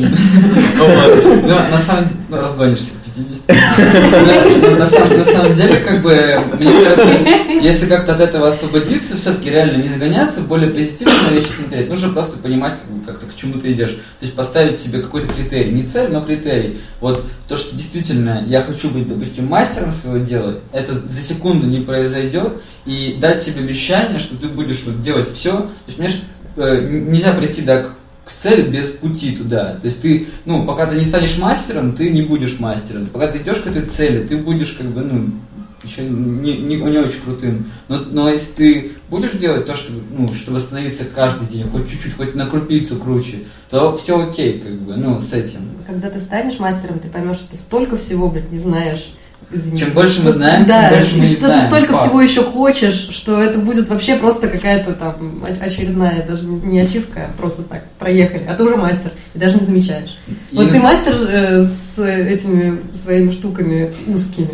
на самом деле, ну, разгонишься к пятидесяти. На самом деле, как бы, мне кажется, если как-то от этого освободиться, все-таки реально не загоняться, более позитивно на вещи смотреть, нужно просто понимать, как-то к чему ты идешь. То есть поставить себе какой-то критерий, не цель, но критерий. Вот то, что действительно я хочу быть, допустим, мастером своего дела, это за секунду не произойдет, и дать себе обещание, что ты будешь вот делать все. То есть, мне э, нельзя прийти да, к, к цели без пути туда. То есть ты, ну, пока ты не станешь мастером, ты не будешь мастером. Пока ты идешь к этой цели, ты будешь как бы, ну, еще не, не, не очень крутым. Но, но если ты будешь делать то, что, ну, чтобы становиться каждый день, хоть чуть-чуть, хоть на крупицу круче, то все окей, как бы, ну, с этим. Когда ты станешь мастером, ты поймешь, что ты столько всего, блядь, не знаешь. Извините. Чем больше мы знаем, да, тем больше мы и не что знаем. ты столько Факт. всего еще хочешь, что это будет вообще просто какая-то там очередная, даже не ачивка, а просто так, проехали, а ты уже мастер, и даже не замечаешь. И вот ты мастер э, с этими своими штуками узкими.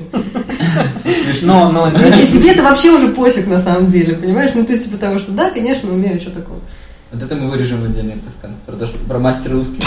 Но, но, и тебе это вообще уже пофиг на самом деле, понимаешь? Ну, ты типа того, что да, конечно, умею, что такое. Вот это мы вырежем в отдельный подкаст, про, то, что, про мастера узких.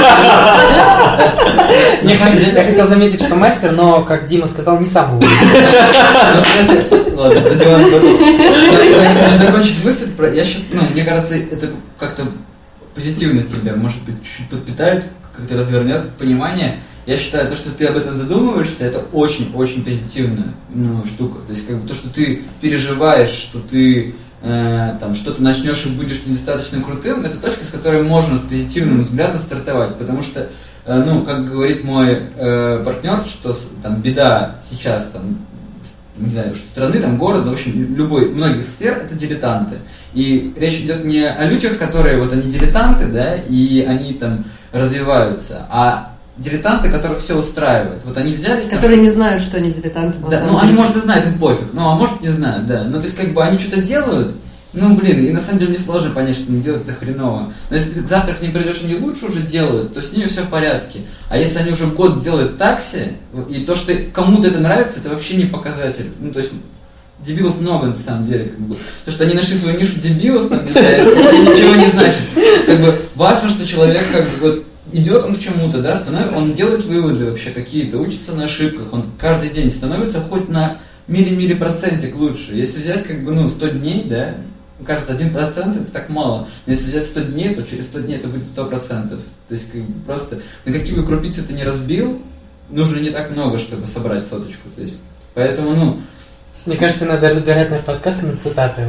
Я хотел заметить, что мастер, но, как Дима сказал, не самый узкий. Ладно, я хочу закончить мысль. Мне кажется, это как-то позитивно тебя, может быть, чуть-чуть подпитает, как-то развернет понимание. Я считаю, то, что ты об этом задумываешься, это очень-очень позитивная ну, штука. То есть, как бы то, что ты переживаешь, что ты э, там, что-то начнешь и будешь недостаточно крутым, это точка, с которой можно с позитивным взглядом стартовать. Потому что, э, ну, как говорит мой э, партнер, что там беда сейчас, там, не знаю, страны, там, города, в общем, любой, многих сфер, это дилетанты. И речь идет не о людях, которые, вот они дилетанты, да, и они там развиваются, а дилетанты, которых все устраивает. Вот они взяли... Которые там, не знают, что они дилетанты. Да, ну, они, может, и знают, им пофиг. Ну, а может, не знают, да. Ну, то есть, как бы, они что-то делают, Ну, блин, и на самом деле мне сложно понять, что они делают это хреново. Но если ты завтра к ним придешь, они лучше уже делают, то с ними все в порядке. А если они уже год делают такси, и то, что кому-то это нравится, это вообще не показатель. Ну, то есть дебилов много на самом деле, как бы. То, что они нашли свою нишу дебилов, там, это ничего не значит. Как бы важно, что человек как бы вот идет он к чему-то, да, становится, он делает выводы вообще какие-то, учится на ошибках, он каждый день становится хоть на милли-милли-процентик лучше. Если взять как бы, ну, сто дней, да, кажется, один процент это так мало. Но если взять сто дней, то через сто дней это будет сто процентов. То есть как бы, просто на какие бы крупицы ты не разбил, нужно не так много, чтобы собрать соточку. То есть, поэтому, ну... Мне кажется, надо разбирать наш подкаст на цитаты.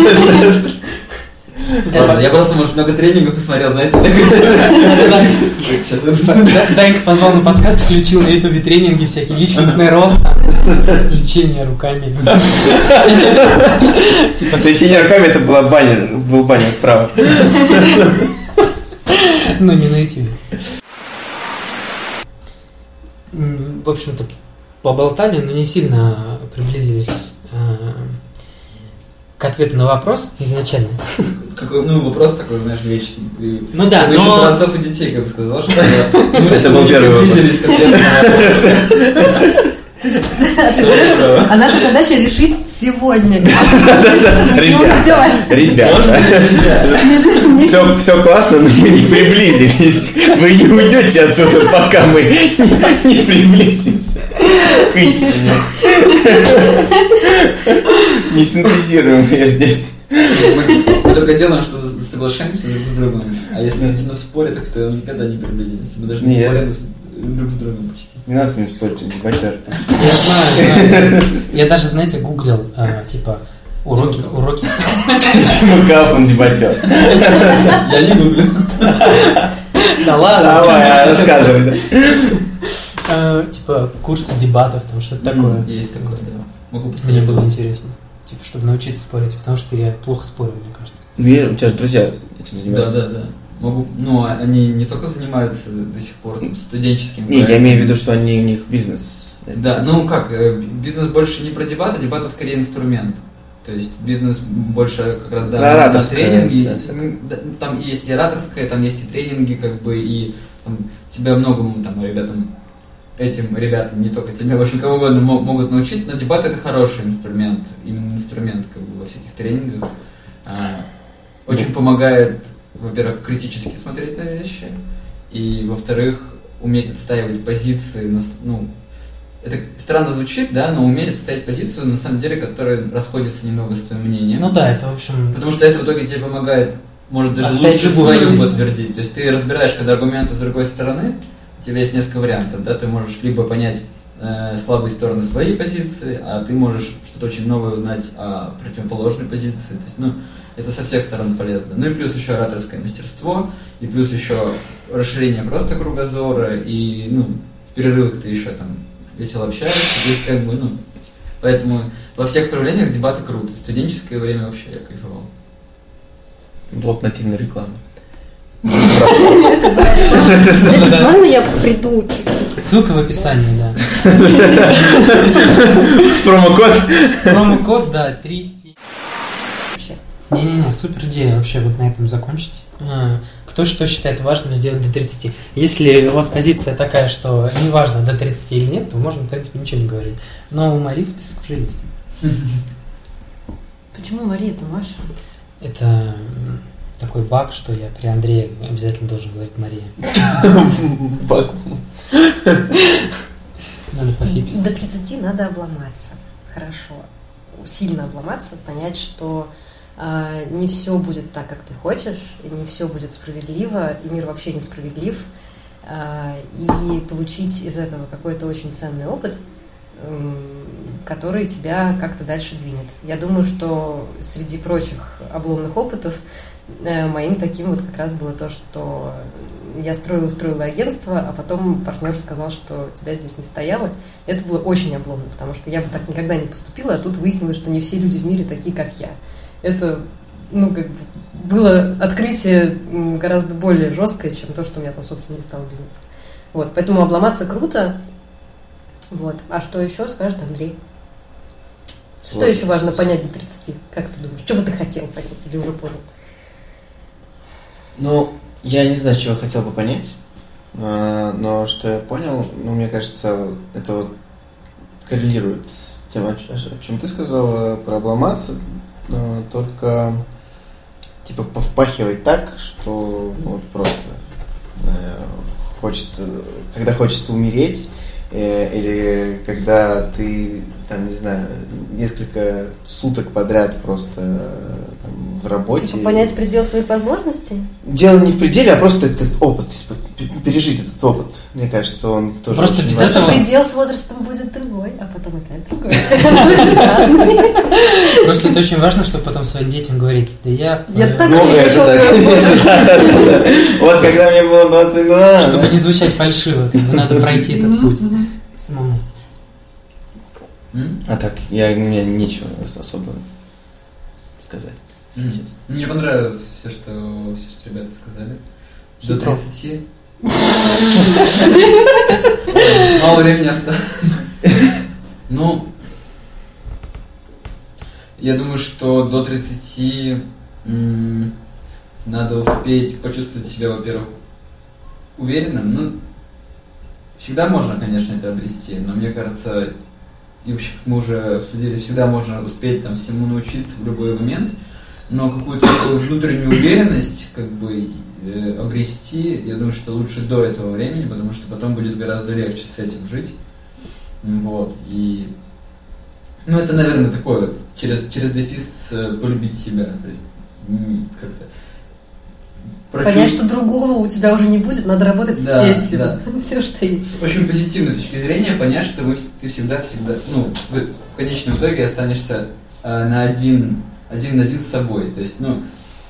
Ладно, я просто, может, много тренингов посмотрел, знаете. Данька позвал на подкаст, включил на ютубе тренинги всякие, личностный рост, лечение руками. Лечение руками это была баннер, был баннер справа. Но не на ютубе. В общем-то, поболтали, но не сильно приблизились к ответу на вопрос изначально. Какой, ну, вопрос такой, знаешь, вечный. Ты, ну да, ты но... про отцов и детей, как бы сказал, что это был первый вопрос. А наша задача решить сегодня. Ребята, ребята, все классно, но мы не приблизились. Вы не уйдете отсюда, пока мы не приблизимся к истине. Не синтезируем ее здесь. Мы только делаем, что соглашаемся друг с другом. А если мы в споре, так то никогда не приблизимся. Мы даже не спорим друг с другом почти. Не надо с ним спорить, дебатер. Я знаю, знаю. Я даже, знаете, гуглил, а, типа, уроки, уроки. Тима Кафман дебатер. Я не гуглил. Да ладно. Давай, рассказывай. Типа, курсы дебатов, там что-то такое. Есть такое, да. Могу Мне было интересно. Типа, чтобы научиться спорить, потому что я плохо спорю, мне кажется. У тебя же друзья этим занимаются. Да, да, да. Могу, ну, они не только занимаются до сих пор там, студенческим. Не, я имею в виду, что они, у них бизнес. Да, это... ну как, бизнес больше не про дебаты, дебаты скорее инструмент. То есть бизнес больше как раз да, на тренинги. Да, там есть и ораторское, там есть и тренинги, как бы, и там, тебя многому там ребятам, этим ребятам, не только тебе, в общем, кого угодно могут научить, но дебаты это хороший инструмент, именно инструмент как бы во всяких тренингах. А, очень ну. помогает, во-первых, критически смотреть на вещи, и, во-вторых, уметь отстаивать позиции, ну, это странно звучит, да, но уметь отстоять позицию, на самом деле, которая расходится немного с твоим мнением. Ну да, это, в общем... Потому что это в итоге тебе помогает, может, даже лучше свою подтвердить. То есть ты разбираешь, когда аргументы с другой стороны, у тебя есть несколько вариантов, да, ты можешь либо понять э, слабые стороны своей позиции, а ты можешь что-то очень новое узнать о противоположной позиции. То есть, ну, это со всех сторон полезно. Ну и плюс еще ораторское мастерство, и плюс еще расширение просто кругозора, и, ну, в перерывах ты еще там весело общаешься, и как бы, ну, поэтому во всех проявлениях дебаты круто. Студенческое время вообще я кайфовал. Блок нативной рекламы. Можно я приду? Ссылка в описании, да. Промокод? Промокод, да, три семь. Не-не-не, супер идея вообще вот на этом закончить. Кто что считает важным сделать до тридцати. Если у вас позиция такая, что неважно до тридцати или нет, то можно, в принципе, ничего не говорить. Но у Марии список уже есть. Почему Мария, это Маша? Это такой баг, что я при Андрее обязательно должен говорить Мария. Баг. Надо пофиксить. До тридцати надо обломаться. Хорошо. Сильно обломаться, понять, что э, не все будет так, как ты хочешь, и не все будет справедливо, и мир вообще несправедлив, э, и получить из этого какой-то очень ценный опыт, э, который тебя как-то дальше двинет. Я думаю, что среди прочих обломных опытов э, моим таким вот как раз было то, что я строила, устроила агентство, а потом партнер сказал, что тебя здесь не стояло. Это было очень обломно, потому что я бы так никогда не поступила, а тут выяснилось, что не все люди в мире такие, как я. Это, ну, как бы, было открытие гораздо более жесткое, чем то, что у меня там, собственно, не стало бизнеса. Вот, поэтому обломаться круто. Вот. А что еще скажет Андрей? Что вот. Еще важно понять до тридцати? Как ты думаешь? Что бы ты хотел понять или уже понял? Ну, я не знаю, чего хотел бы понять, но что я понял, ну, мне кажется, это вот коррелирует с тем, о чем ты сказала, про обломаться, только типа повпахивать так, что ну, вот просто хочется, когда хочется умереть, или когда ты, там, не знаю, несколько суток подряд просто там, в работе. Типа понять предел своих возможностей? Дело не в пределе, а просто этот опыт, пережить этот опыт. Мне кажется, он тоже просто очень важен. Просто предел с возрастом будет другой, а потом опять другой. Просто это очень важно, чтобы потом своим детям говорить, да я... Я так ну, не это так. Вот когда мне было двадцать два. Чтобы не звучать фальшиво, как бы надо пройти этот путь самому. А так, я, у меня нечего особо сказать. Mm. Честно. Мне понравилось все, что, все, что ребята сказали. До тридцати. Мало времени осталось. Ну, я думаю, что до тридцати надо успеть почувствовать себя, во-первых, уверенным. Ну, всегда можно, конечно, это обрести, но мне кажется, и вообще, как мы уже обсудили, всегда можно успеть там всему научиться в любой момент, но какую-то такую внутреннюю уверенность как бы э, обрести, я думаю, что лучше до этого времени, потому что потом будет гораздо легче с этим жить. Вот, и... Ну, это, наверное, такое, через, через дефис э, полюбить себя, то есть как-то... Понять, Прочув... что другого у тебя уже не будет, надо работать да, с этим. Да. Тем, что есть. С очень позитивной точки зрения понять, что вы, ты всегда-всегда, ну, в, в конечном итоге останешься э, на один, один на один с собой. То есть, ну,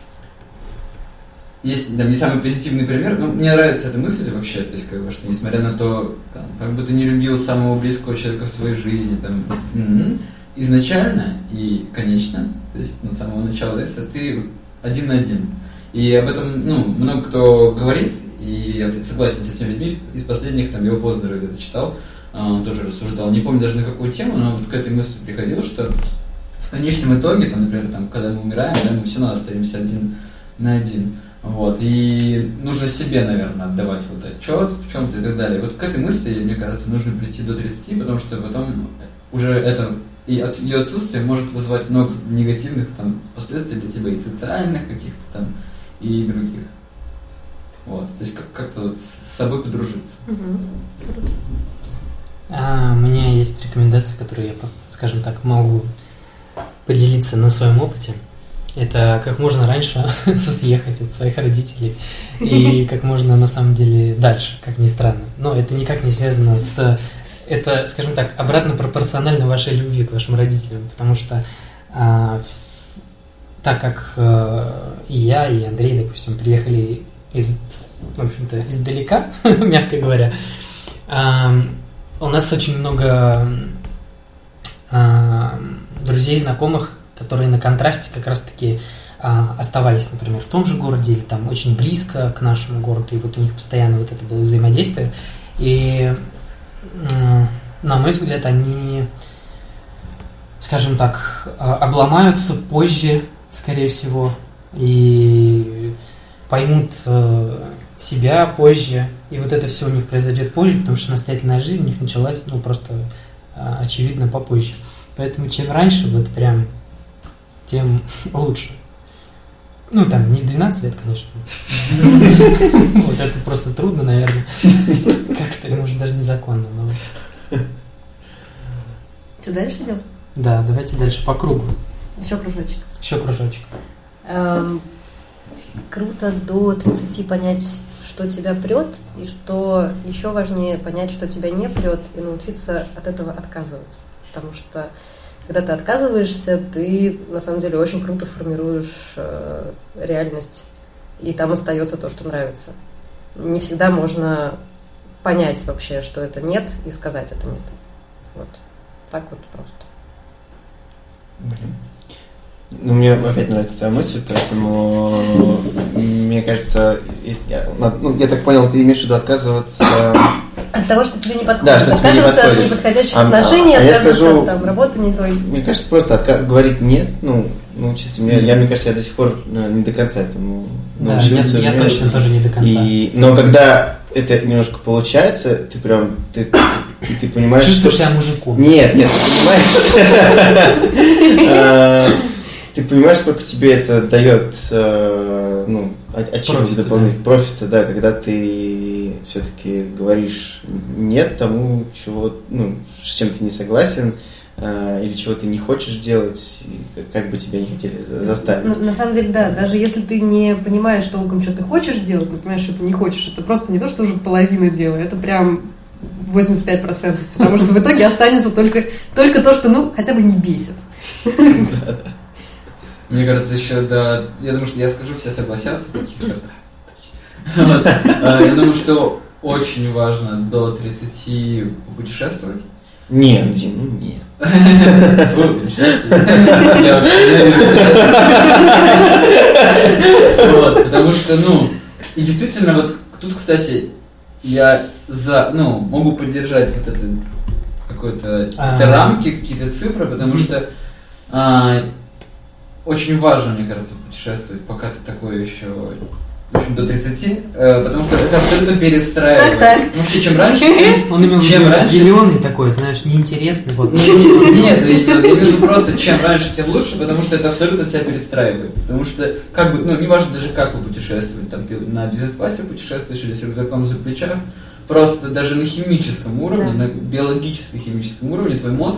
есть там, не самый позитивный пример, но мне нравится эта мысль вообще, то есть, как бы, что несмотря на то, там, как бы ты не любил самого близкого человека в своей жизни, там, м-м, изначально и конечно, то есть, на самого начала это ты один на один. И об этом, ну, много кто говорит, и я согласен с этими людьми. Из последних, там, его Познера где-то читал, он тоже рассуждал, не помню даже на какую тему, но вот к этой мысли приходил, что в конечном итоге, там, например, там, когда мы умираем, да, мы все равно остаемся один на один. Вот, и нужно себе, наверное, отдавать вот отчет в чем-то и так далее. Вот к этой мысли, мне кажется, нужно прийти до тридцати, потому что потом уже это и от, ее отсутствие может вызывать много негативных там последствий для тебя, и социальных каких-то там, и других. Вот. То есть как- как-то вот с собой подружиться. Угу. А, у меня есть рекомендация, которую я, скажем так, могу поделиться на своем опыте. Это как можно раньше съехать от своих родителей и как можно на самом деле дальше, как ни странно. Но это никак не связано с... Это, скажем так, обратно пропорционально вашей любви к вашим родителям, потому что а, так как э, и я, и Андрей, допустим, приехали из, в общем-то, издалека, мягко говоря, э, у нас очень много э, друзей, знакомых, которые на контрасте как раз-таки э, оставались, например, в том же городе или там очень близко к нашему городу, и вот у них постоянно вот это было взаимодействие. И, э, на мой взгляд, они, скажем так, э, обломаются позже, скорее всего, и поймут э, себя позже, и вот это все у них произойдет позже, потому что самостоятельная жизнь у них началась, ну, просто э, очевидно попозже. Поэтому чем раньше, вот прям, тем лучше. Ну, там, не в двенадцать лет, конечно. Вот это просто трудно, наверное. Как-то, может, даже незаконно. Что, дальше идем? Да, давайте дальше по кругу. Еще кружочек. Еще кружочек. Эм, круто до тридцати понять, что тебя прет, и что еще важнее понять, что тебя не прет, и научиться от этого отказываться. Потому что когда ты отказываешься, ты на самом деле очень круто формируешь э, реальность, и там остается то, что нравится. Не всегда можно понять вообще, что это нет, и сказать это нет. Вот так вот просто. Блин. Ну, мне опять нравится твоя мысль, поэтому мне кажется, если я, ну, я так понял, ты имеешь в виду отказываться... От От того, что тебе не подходит. Да, что тебе не Отказываться от подходит. неподходящих А- отношений, а я отказываться скажу- от там, работы не той. Мне кажется, просто отка- говорить нет, ну, научиться. Я, я, мне кажется, я до сих пор э, не до конца этому Да, я, научился. я умею. точно тоже не до конца. И, но когда это немножко получается, ты прям, ты, и ты понимаешь, Чувствуешь что- себя мужиком. Нет, нет, ты понимаешь, э, ты понимаешь, сколько тебе это дает, э, ну, очевидно, Профита, дополнительных профита, да, когда ты все-таки говоришь нет тому, чего, ну, с чем ты не согласен, э, или чего ты не хочешь делать, и как- как бы тебя не хотели за- заставить. На, на самом деле, да, даже если ты не понимаешь толком, что ты хочешь делать, не понимаешь, что ты не хочешь, это просто не то, что уже половина дела, это прям восемьдесят пять процентов, потому что в итоге останется только, только то, что, ну, хотя бы не бесит. Мне кажется, еще, да, я думаю, что я скажу, все согласятся, такие скажут. «Да, точно». Вот. А, Я думаю, что очень важно до тридцати попутешествовать. Нет, Дим, ну нет. Фу, путешествовать. Я вообще ненавижу. Вот, потому что, ну, и действительно, вот тут, кстати, я за, ну, могу поддержать вот это какой-то какие-то А. рамки, какие-то цифры, потому что а, очень важно, мне кажется, путешествовать, пока ты такой еще, в общем, до тридцати, э, потому что это абсолютно перестраивает. Так, так. Вообще, чем раньше, тем, Он имел в чем виду раньше... зеленый такой, знаешь, неинтересный. Вот. Нет, я имею в виду просто, чем раньше, тем лучше, потому что это абсолютно тебя перестраивает. Потому что, как бы, ну, неважно даже как вы путешествуете, там, ты на бизнес-классе путешествуешь или с рюкзаком за плечах, просто даже на химическом уровне, Да. на биологическо-химическом уровне твой мозг,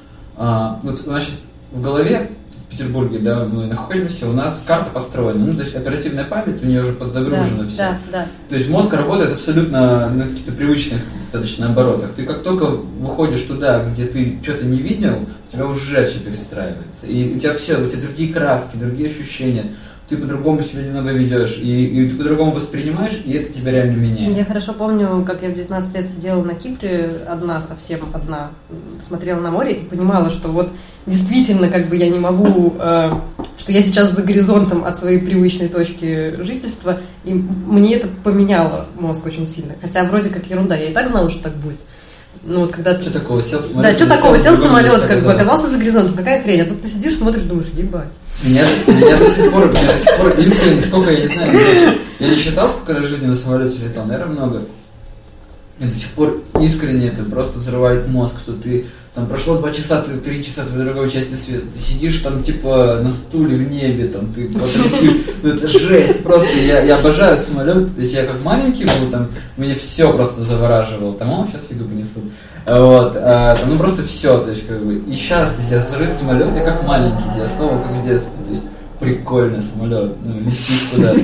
а, вот у нас сейчас в голове, в Петербурге, да, мы находимся, у нас карта построена, ну, то есть оперативная память, у нее уже подзагружено Да, все. да, да. То есть мозг работает абсолютно на каких-то привычных достаточно оборотах. Ты как только выходишь туда, где ты что-то не видел, у тебя уже все перестраивается. И у тебя все, у тебя другие краски, другие ощущения. Ты по-другому себя немного ведешь, и, и ты по-другому воспринимаешь, и это тебя реально меняет. Я хорошо помню, как я в девятнадцать лет сидела на Кипре одна, совсем одна, смотрела на море и понимала, что вот действительно как бы я не могу, э, что я сейчас за горизонтом от своей привычной точки жительства, и мне это поменяло мозг очень сильно. Хотя вроде как ерунда, я и так знала, что так будет. Ну вот когда ты... Что такого, сел в самолет? Да, что такого, сел в другом самолет, месте как бы оказался. оказался за горизонтом, какая хрень, а тут ты сидишь, смотришь, думаешь, ебать. Меня, меня до сих пор, меня до сих пор искренне, сколько, я не знаю, я не считал, сколько раз в жизни на самолете летал, наверное, много. Мне до сих пор искренне это просто взрывает мозг, что ты там прошло два часа, ты три часа ты в другой части света, ты сидишь там типа на стуле в небе, там ты вот летишь, ну это жесть, просто я, я обожаю самолет, то есть я как маленький был, там меня все просто завораживало, там, о, сейчас еду понесу. Вот, а, ну просто все, то есть как бы, и сейчас, то есть я сажусь в самолет, я как маленький, я снова как в детстве, то есть прикольный самолет, ну летишь куда-то.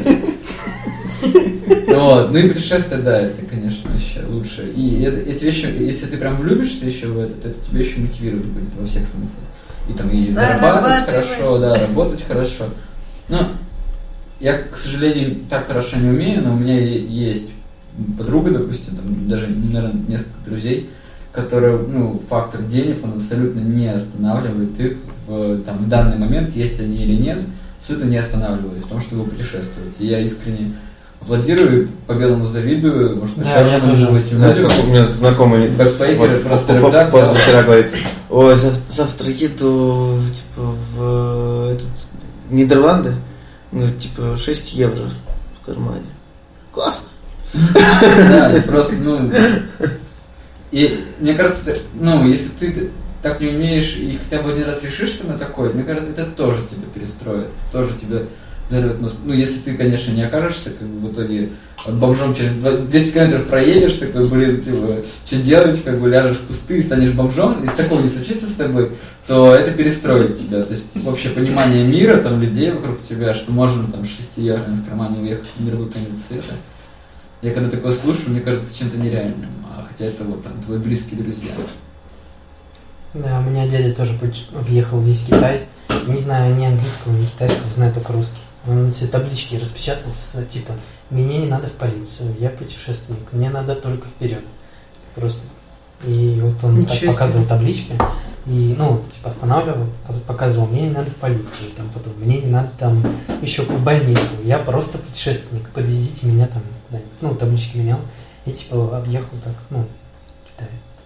Вот, ну и путешествие, да, это, конечно, вообще лучше. И это, эти вещи, если ты прям влюбишься еще в это, то это тебя еще мотивирует будет во всех смыслах. И там и зарабатывать хорошо, да, работать хорошо. Ну, я, к сожалению, так хорошо не умею, но у меня есть подруга, допустим, там, даже, наверное, несколько друзей, которые, ну, фактор денег, он абсолютно не останавливает их в, там, в данный момент, есть они или нет, абсолютно не останавливает в том, чтобы путешествовать. И я искренне аплодирую, по-белому завидую, может, Да, я тоже. этим Знаешь, людям. как у меня знакомый Бэкпейкеры, вот, просто по- по- рюкзак взял. позавчера говорит, ой, зав- завтра еду типа в этот, Нидерланды, ну, типа шесть евро в кармане. Классно. Да, это просто, ну... И мне кажется, ты- ну, если ты так не умеешь и хотя бы один раз решишься на такое, мне кажется, это тоже тебя перестроит, тоже тебя взорвет мозг. Ну, если ты, конечно, не окажешься, как бы в итоге от бомжом через двести километров проедешь, такой, блин, ты что делать, как бы ляжешь в кусты и станешь бомжом, если такого не случится с тобой, то это перестроит тебя. То есть вообще понимание мира, там, людей вокруг тебя, что можно там с шести евро в кармане уехать в другой конец света. Я когда такое слушаю, мне кажется чем-то нереальным, а хотя это вот там твои близкие друзья. Да, у меня дядя тоже путь- въехал в весь Китай. Не знаю ни английского, ни китайского, знаю только русский. Он все таблички распечатал, с- типа, мне не надо в полицию, я путешественник, мне надо только вперед. Просто. И вот он Ничего так себе. показывал таблички, и, ну, типа, останавливал, потом показывал, мне не надо в полицию, там, потом, мне не надо там еще в больницу, я просто путешественник, подвезите меня там, куда-нибудь. Ну, таблички менял, и, типа, объехал так, ну,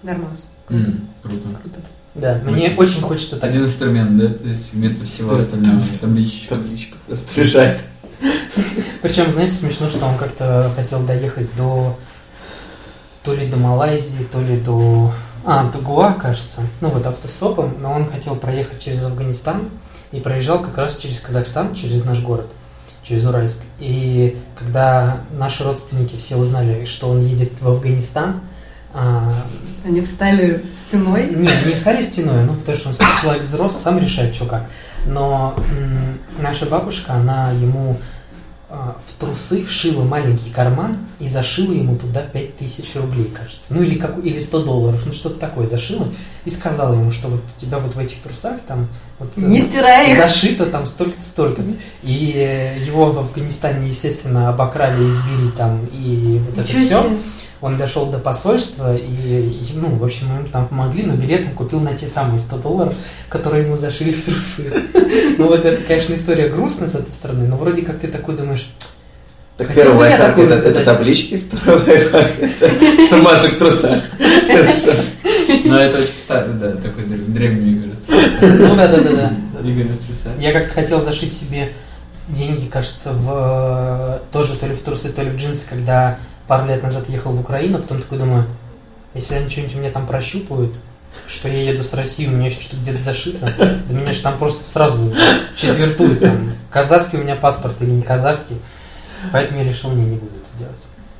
Нормас. Круто. М, Круто. Круто. Да, мне Очень. очень хочется так. Один инструмент, да? То есть вместо всего Да. остального табличка. Табличка просто решает. Причем, знаете, смешно, что он как-то хотел доехать до то ли до Малайзии, то ли до... А, до Гоа, кажется. Ну вот автостопом, но он хотел проехать через Афганистан и проезжал как раз через Казахстан, через наш город, через Уральск. И когда наши родственники все узнали, что он едет в Афганистан, а, Они встали стеной. не, не встали стеной, ну, потому что он человек взрослый, сам решает, что как. Но м, наша бабушка, она ему а, в трусы вшила маленький карман и зашила ему туда пять тысяч рублей, кажется. Ну, или, как, или сто долларов, ну, что-то такое зашила. И сказала ему, что вот у тебя вот в этих трусах там... Вот, Не э, стирай их. зашито там столько-то, столько-то. И э, его в Афганистане, естественно, обокрали, избили там, и вот это Ничего все. себе. Он дошел до посольства, и, и, ну, в общем, ему там помогли, но билет он купил на те самые сто долларов, которые ему зашили в трусы. Ну, вот это, конечно, история грустная, с этой стороны, но вроде как ты такой думаешь... Так Хотел первый бы я лайфхак такое это, это сказать. таблички, второй лайфхак это Маша в трусах. Хорошо. Но это очень старый, да, такой древ- древний, мне кажется. Ну, да-да-да. Игорь в трусах. Я как-то хотел зашить себе деньги, кажется, в тоже то ли в трусы, то ли в джинсы, когда пару лет назад ехал в Украину, потом такой думаю, если они что-нибудь у меня там прощупают, что я еду с России, у меня еще что-то где-то зашито, да меня же там просто сразу четвертуют, там, казахский у меня паспорт или не казахский, поэтому я решил, не, не буду это делать.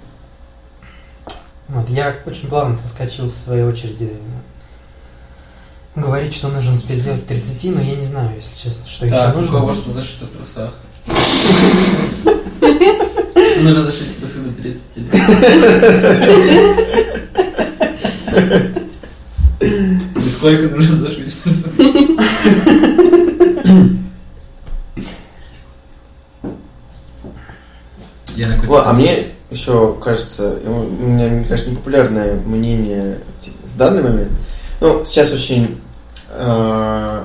Вот, я очень плавно соскочил со своей очереди говорить, что нужно успеть сделать к тридцати, но я не знаю, если честно, что еще Так, у нужно. кого что зашито в трусах? Нужно зашить трусы до тридцати. И сколько нужно зашить в трусах? Я на какой-то Во, а мне позиции. еще кажется, у меня, мне кажется, непопулярное мнение типа, в данный момент. Ну, сейчас очень э,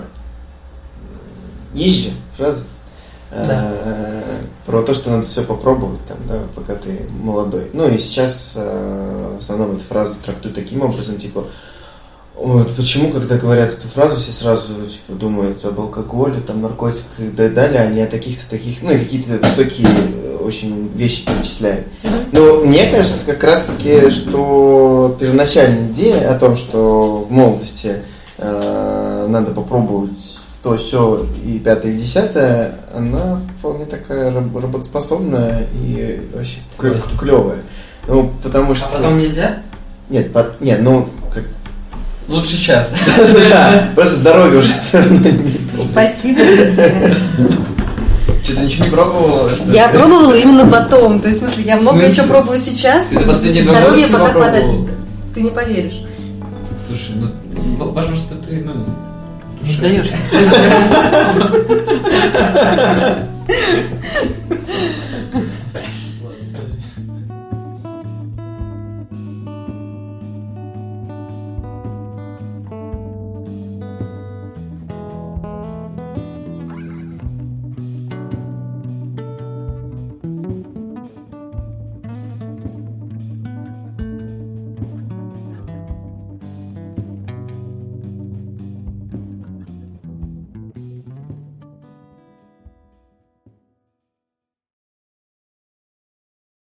езжи фраза. э, Да. Про то, что надо все попробовать, там, да, пока ты молодой. Ну и сейчас э, в основном эту фразу трактуют таким образом, типа, вот почему, когда говорят эту фразу, все сразу типа, думают об алкоголе, там, наркотиках и так далее, а не о таких-то таких, ну и какие-то высокие э, очень вещи перечисляют. Но мне кажется как раз-таки, что первоначальная идея о том, что в молодости э, надо попробовать то, все и пятое, и десятое, она вполне такая раб- работоспособная и вообще Согласен. клевая. Ну, потому что... А потом нельзя? Нет, по- нет, ну, как... Лучше час. Да, просто здоровье уже все равно не Спасибо, друзья. Что, ты ничего не пробовала? что ли? Я пробовала именно потом. То есть, в смысле, я много смысле? чего пробую сейчас. Ты за последние два Здоровье года всего пока хватает. пробовала? Ты не поверишь. Слушай, ну важно, что ты, ну... Не сдаешься.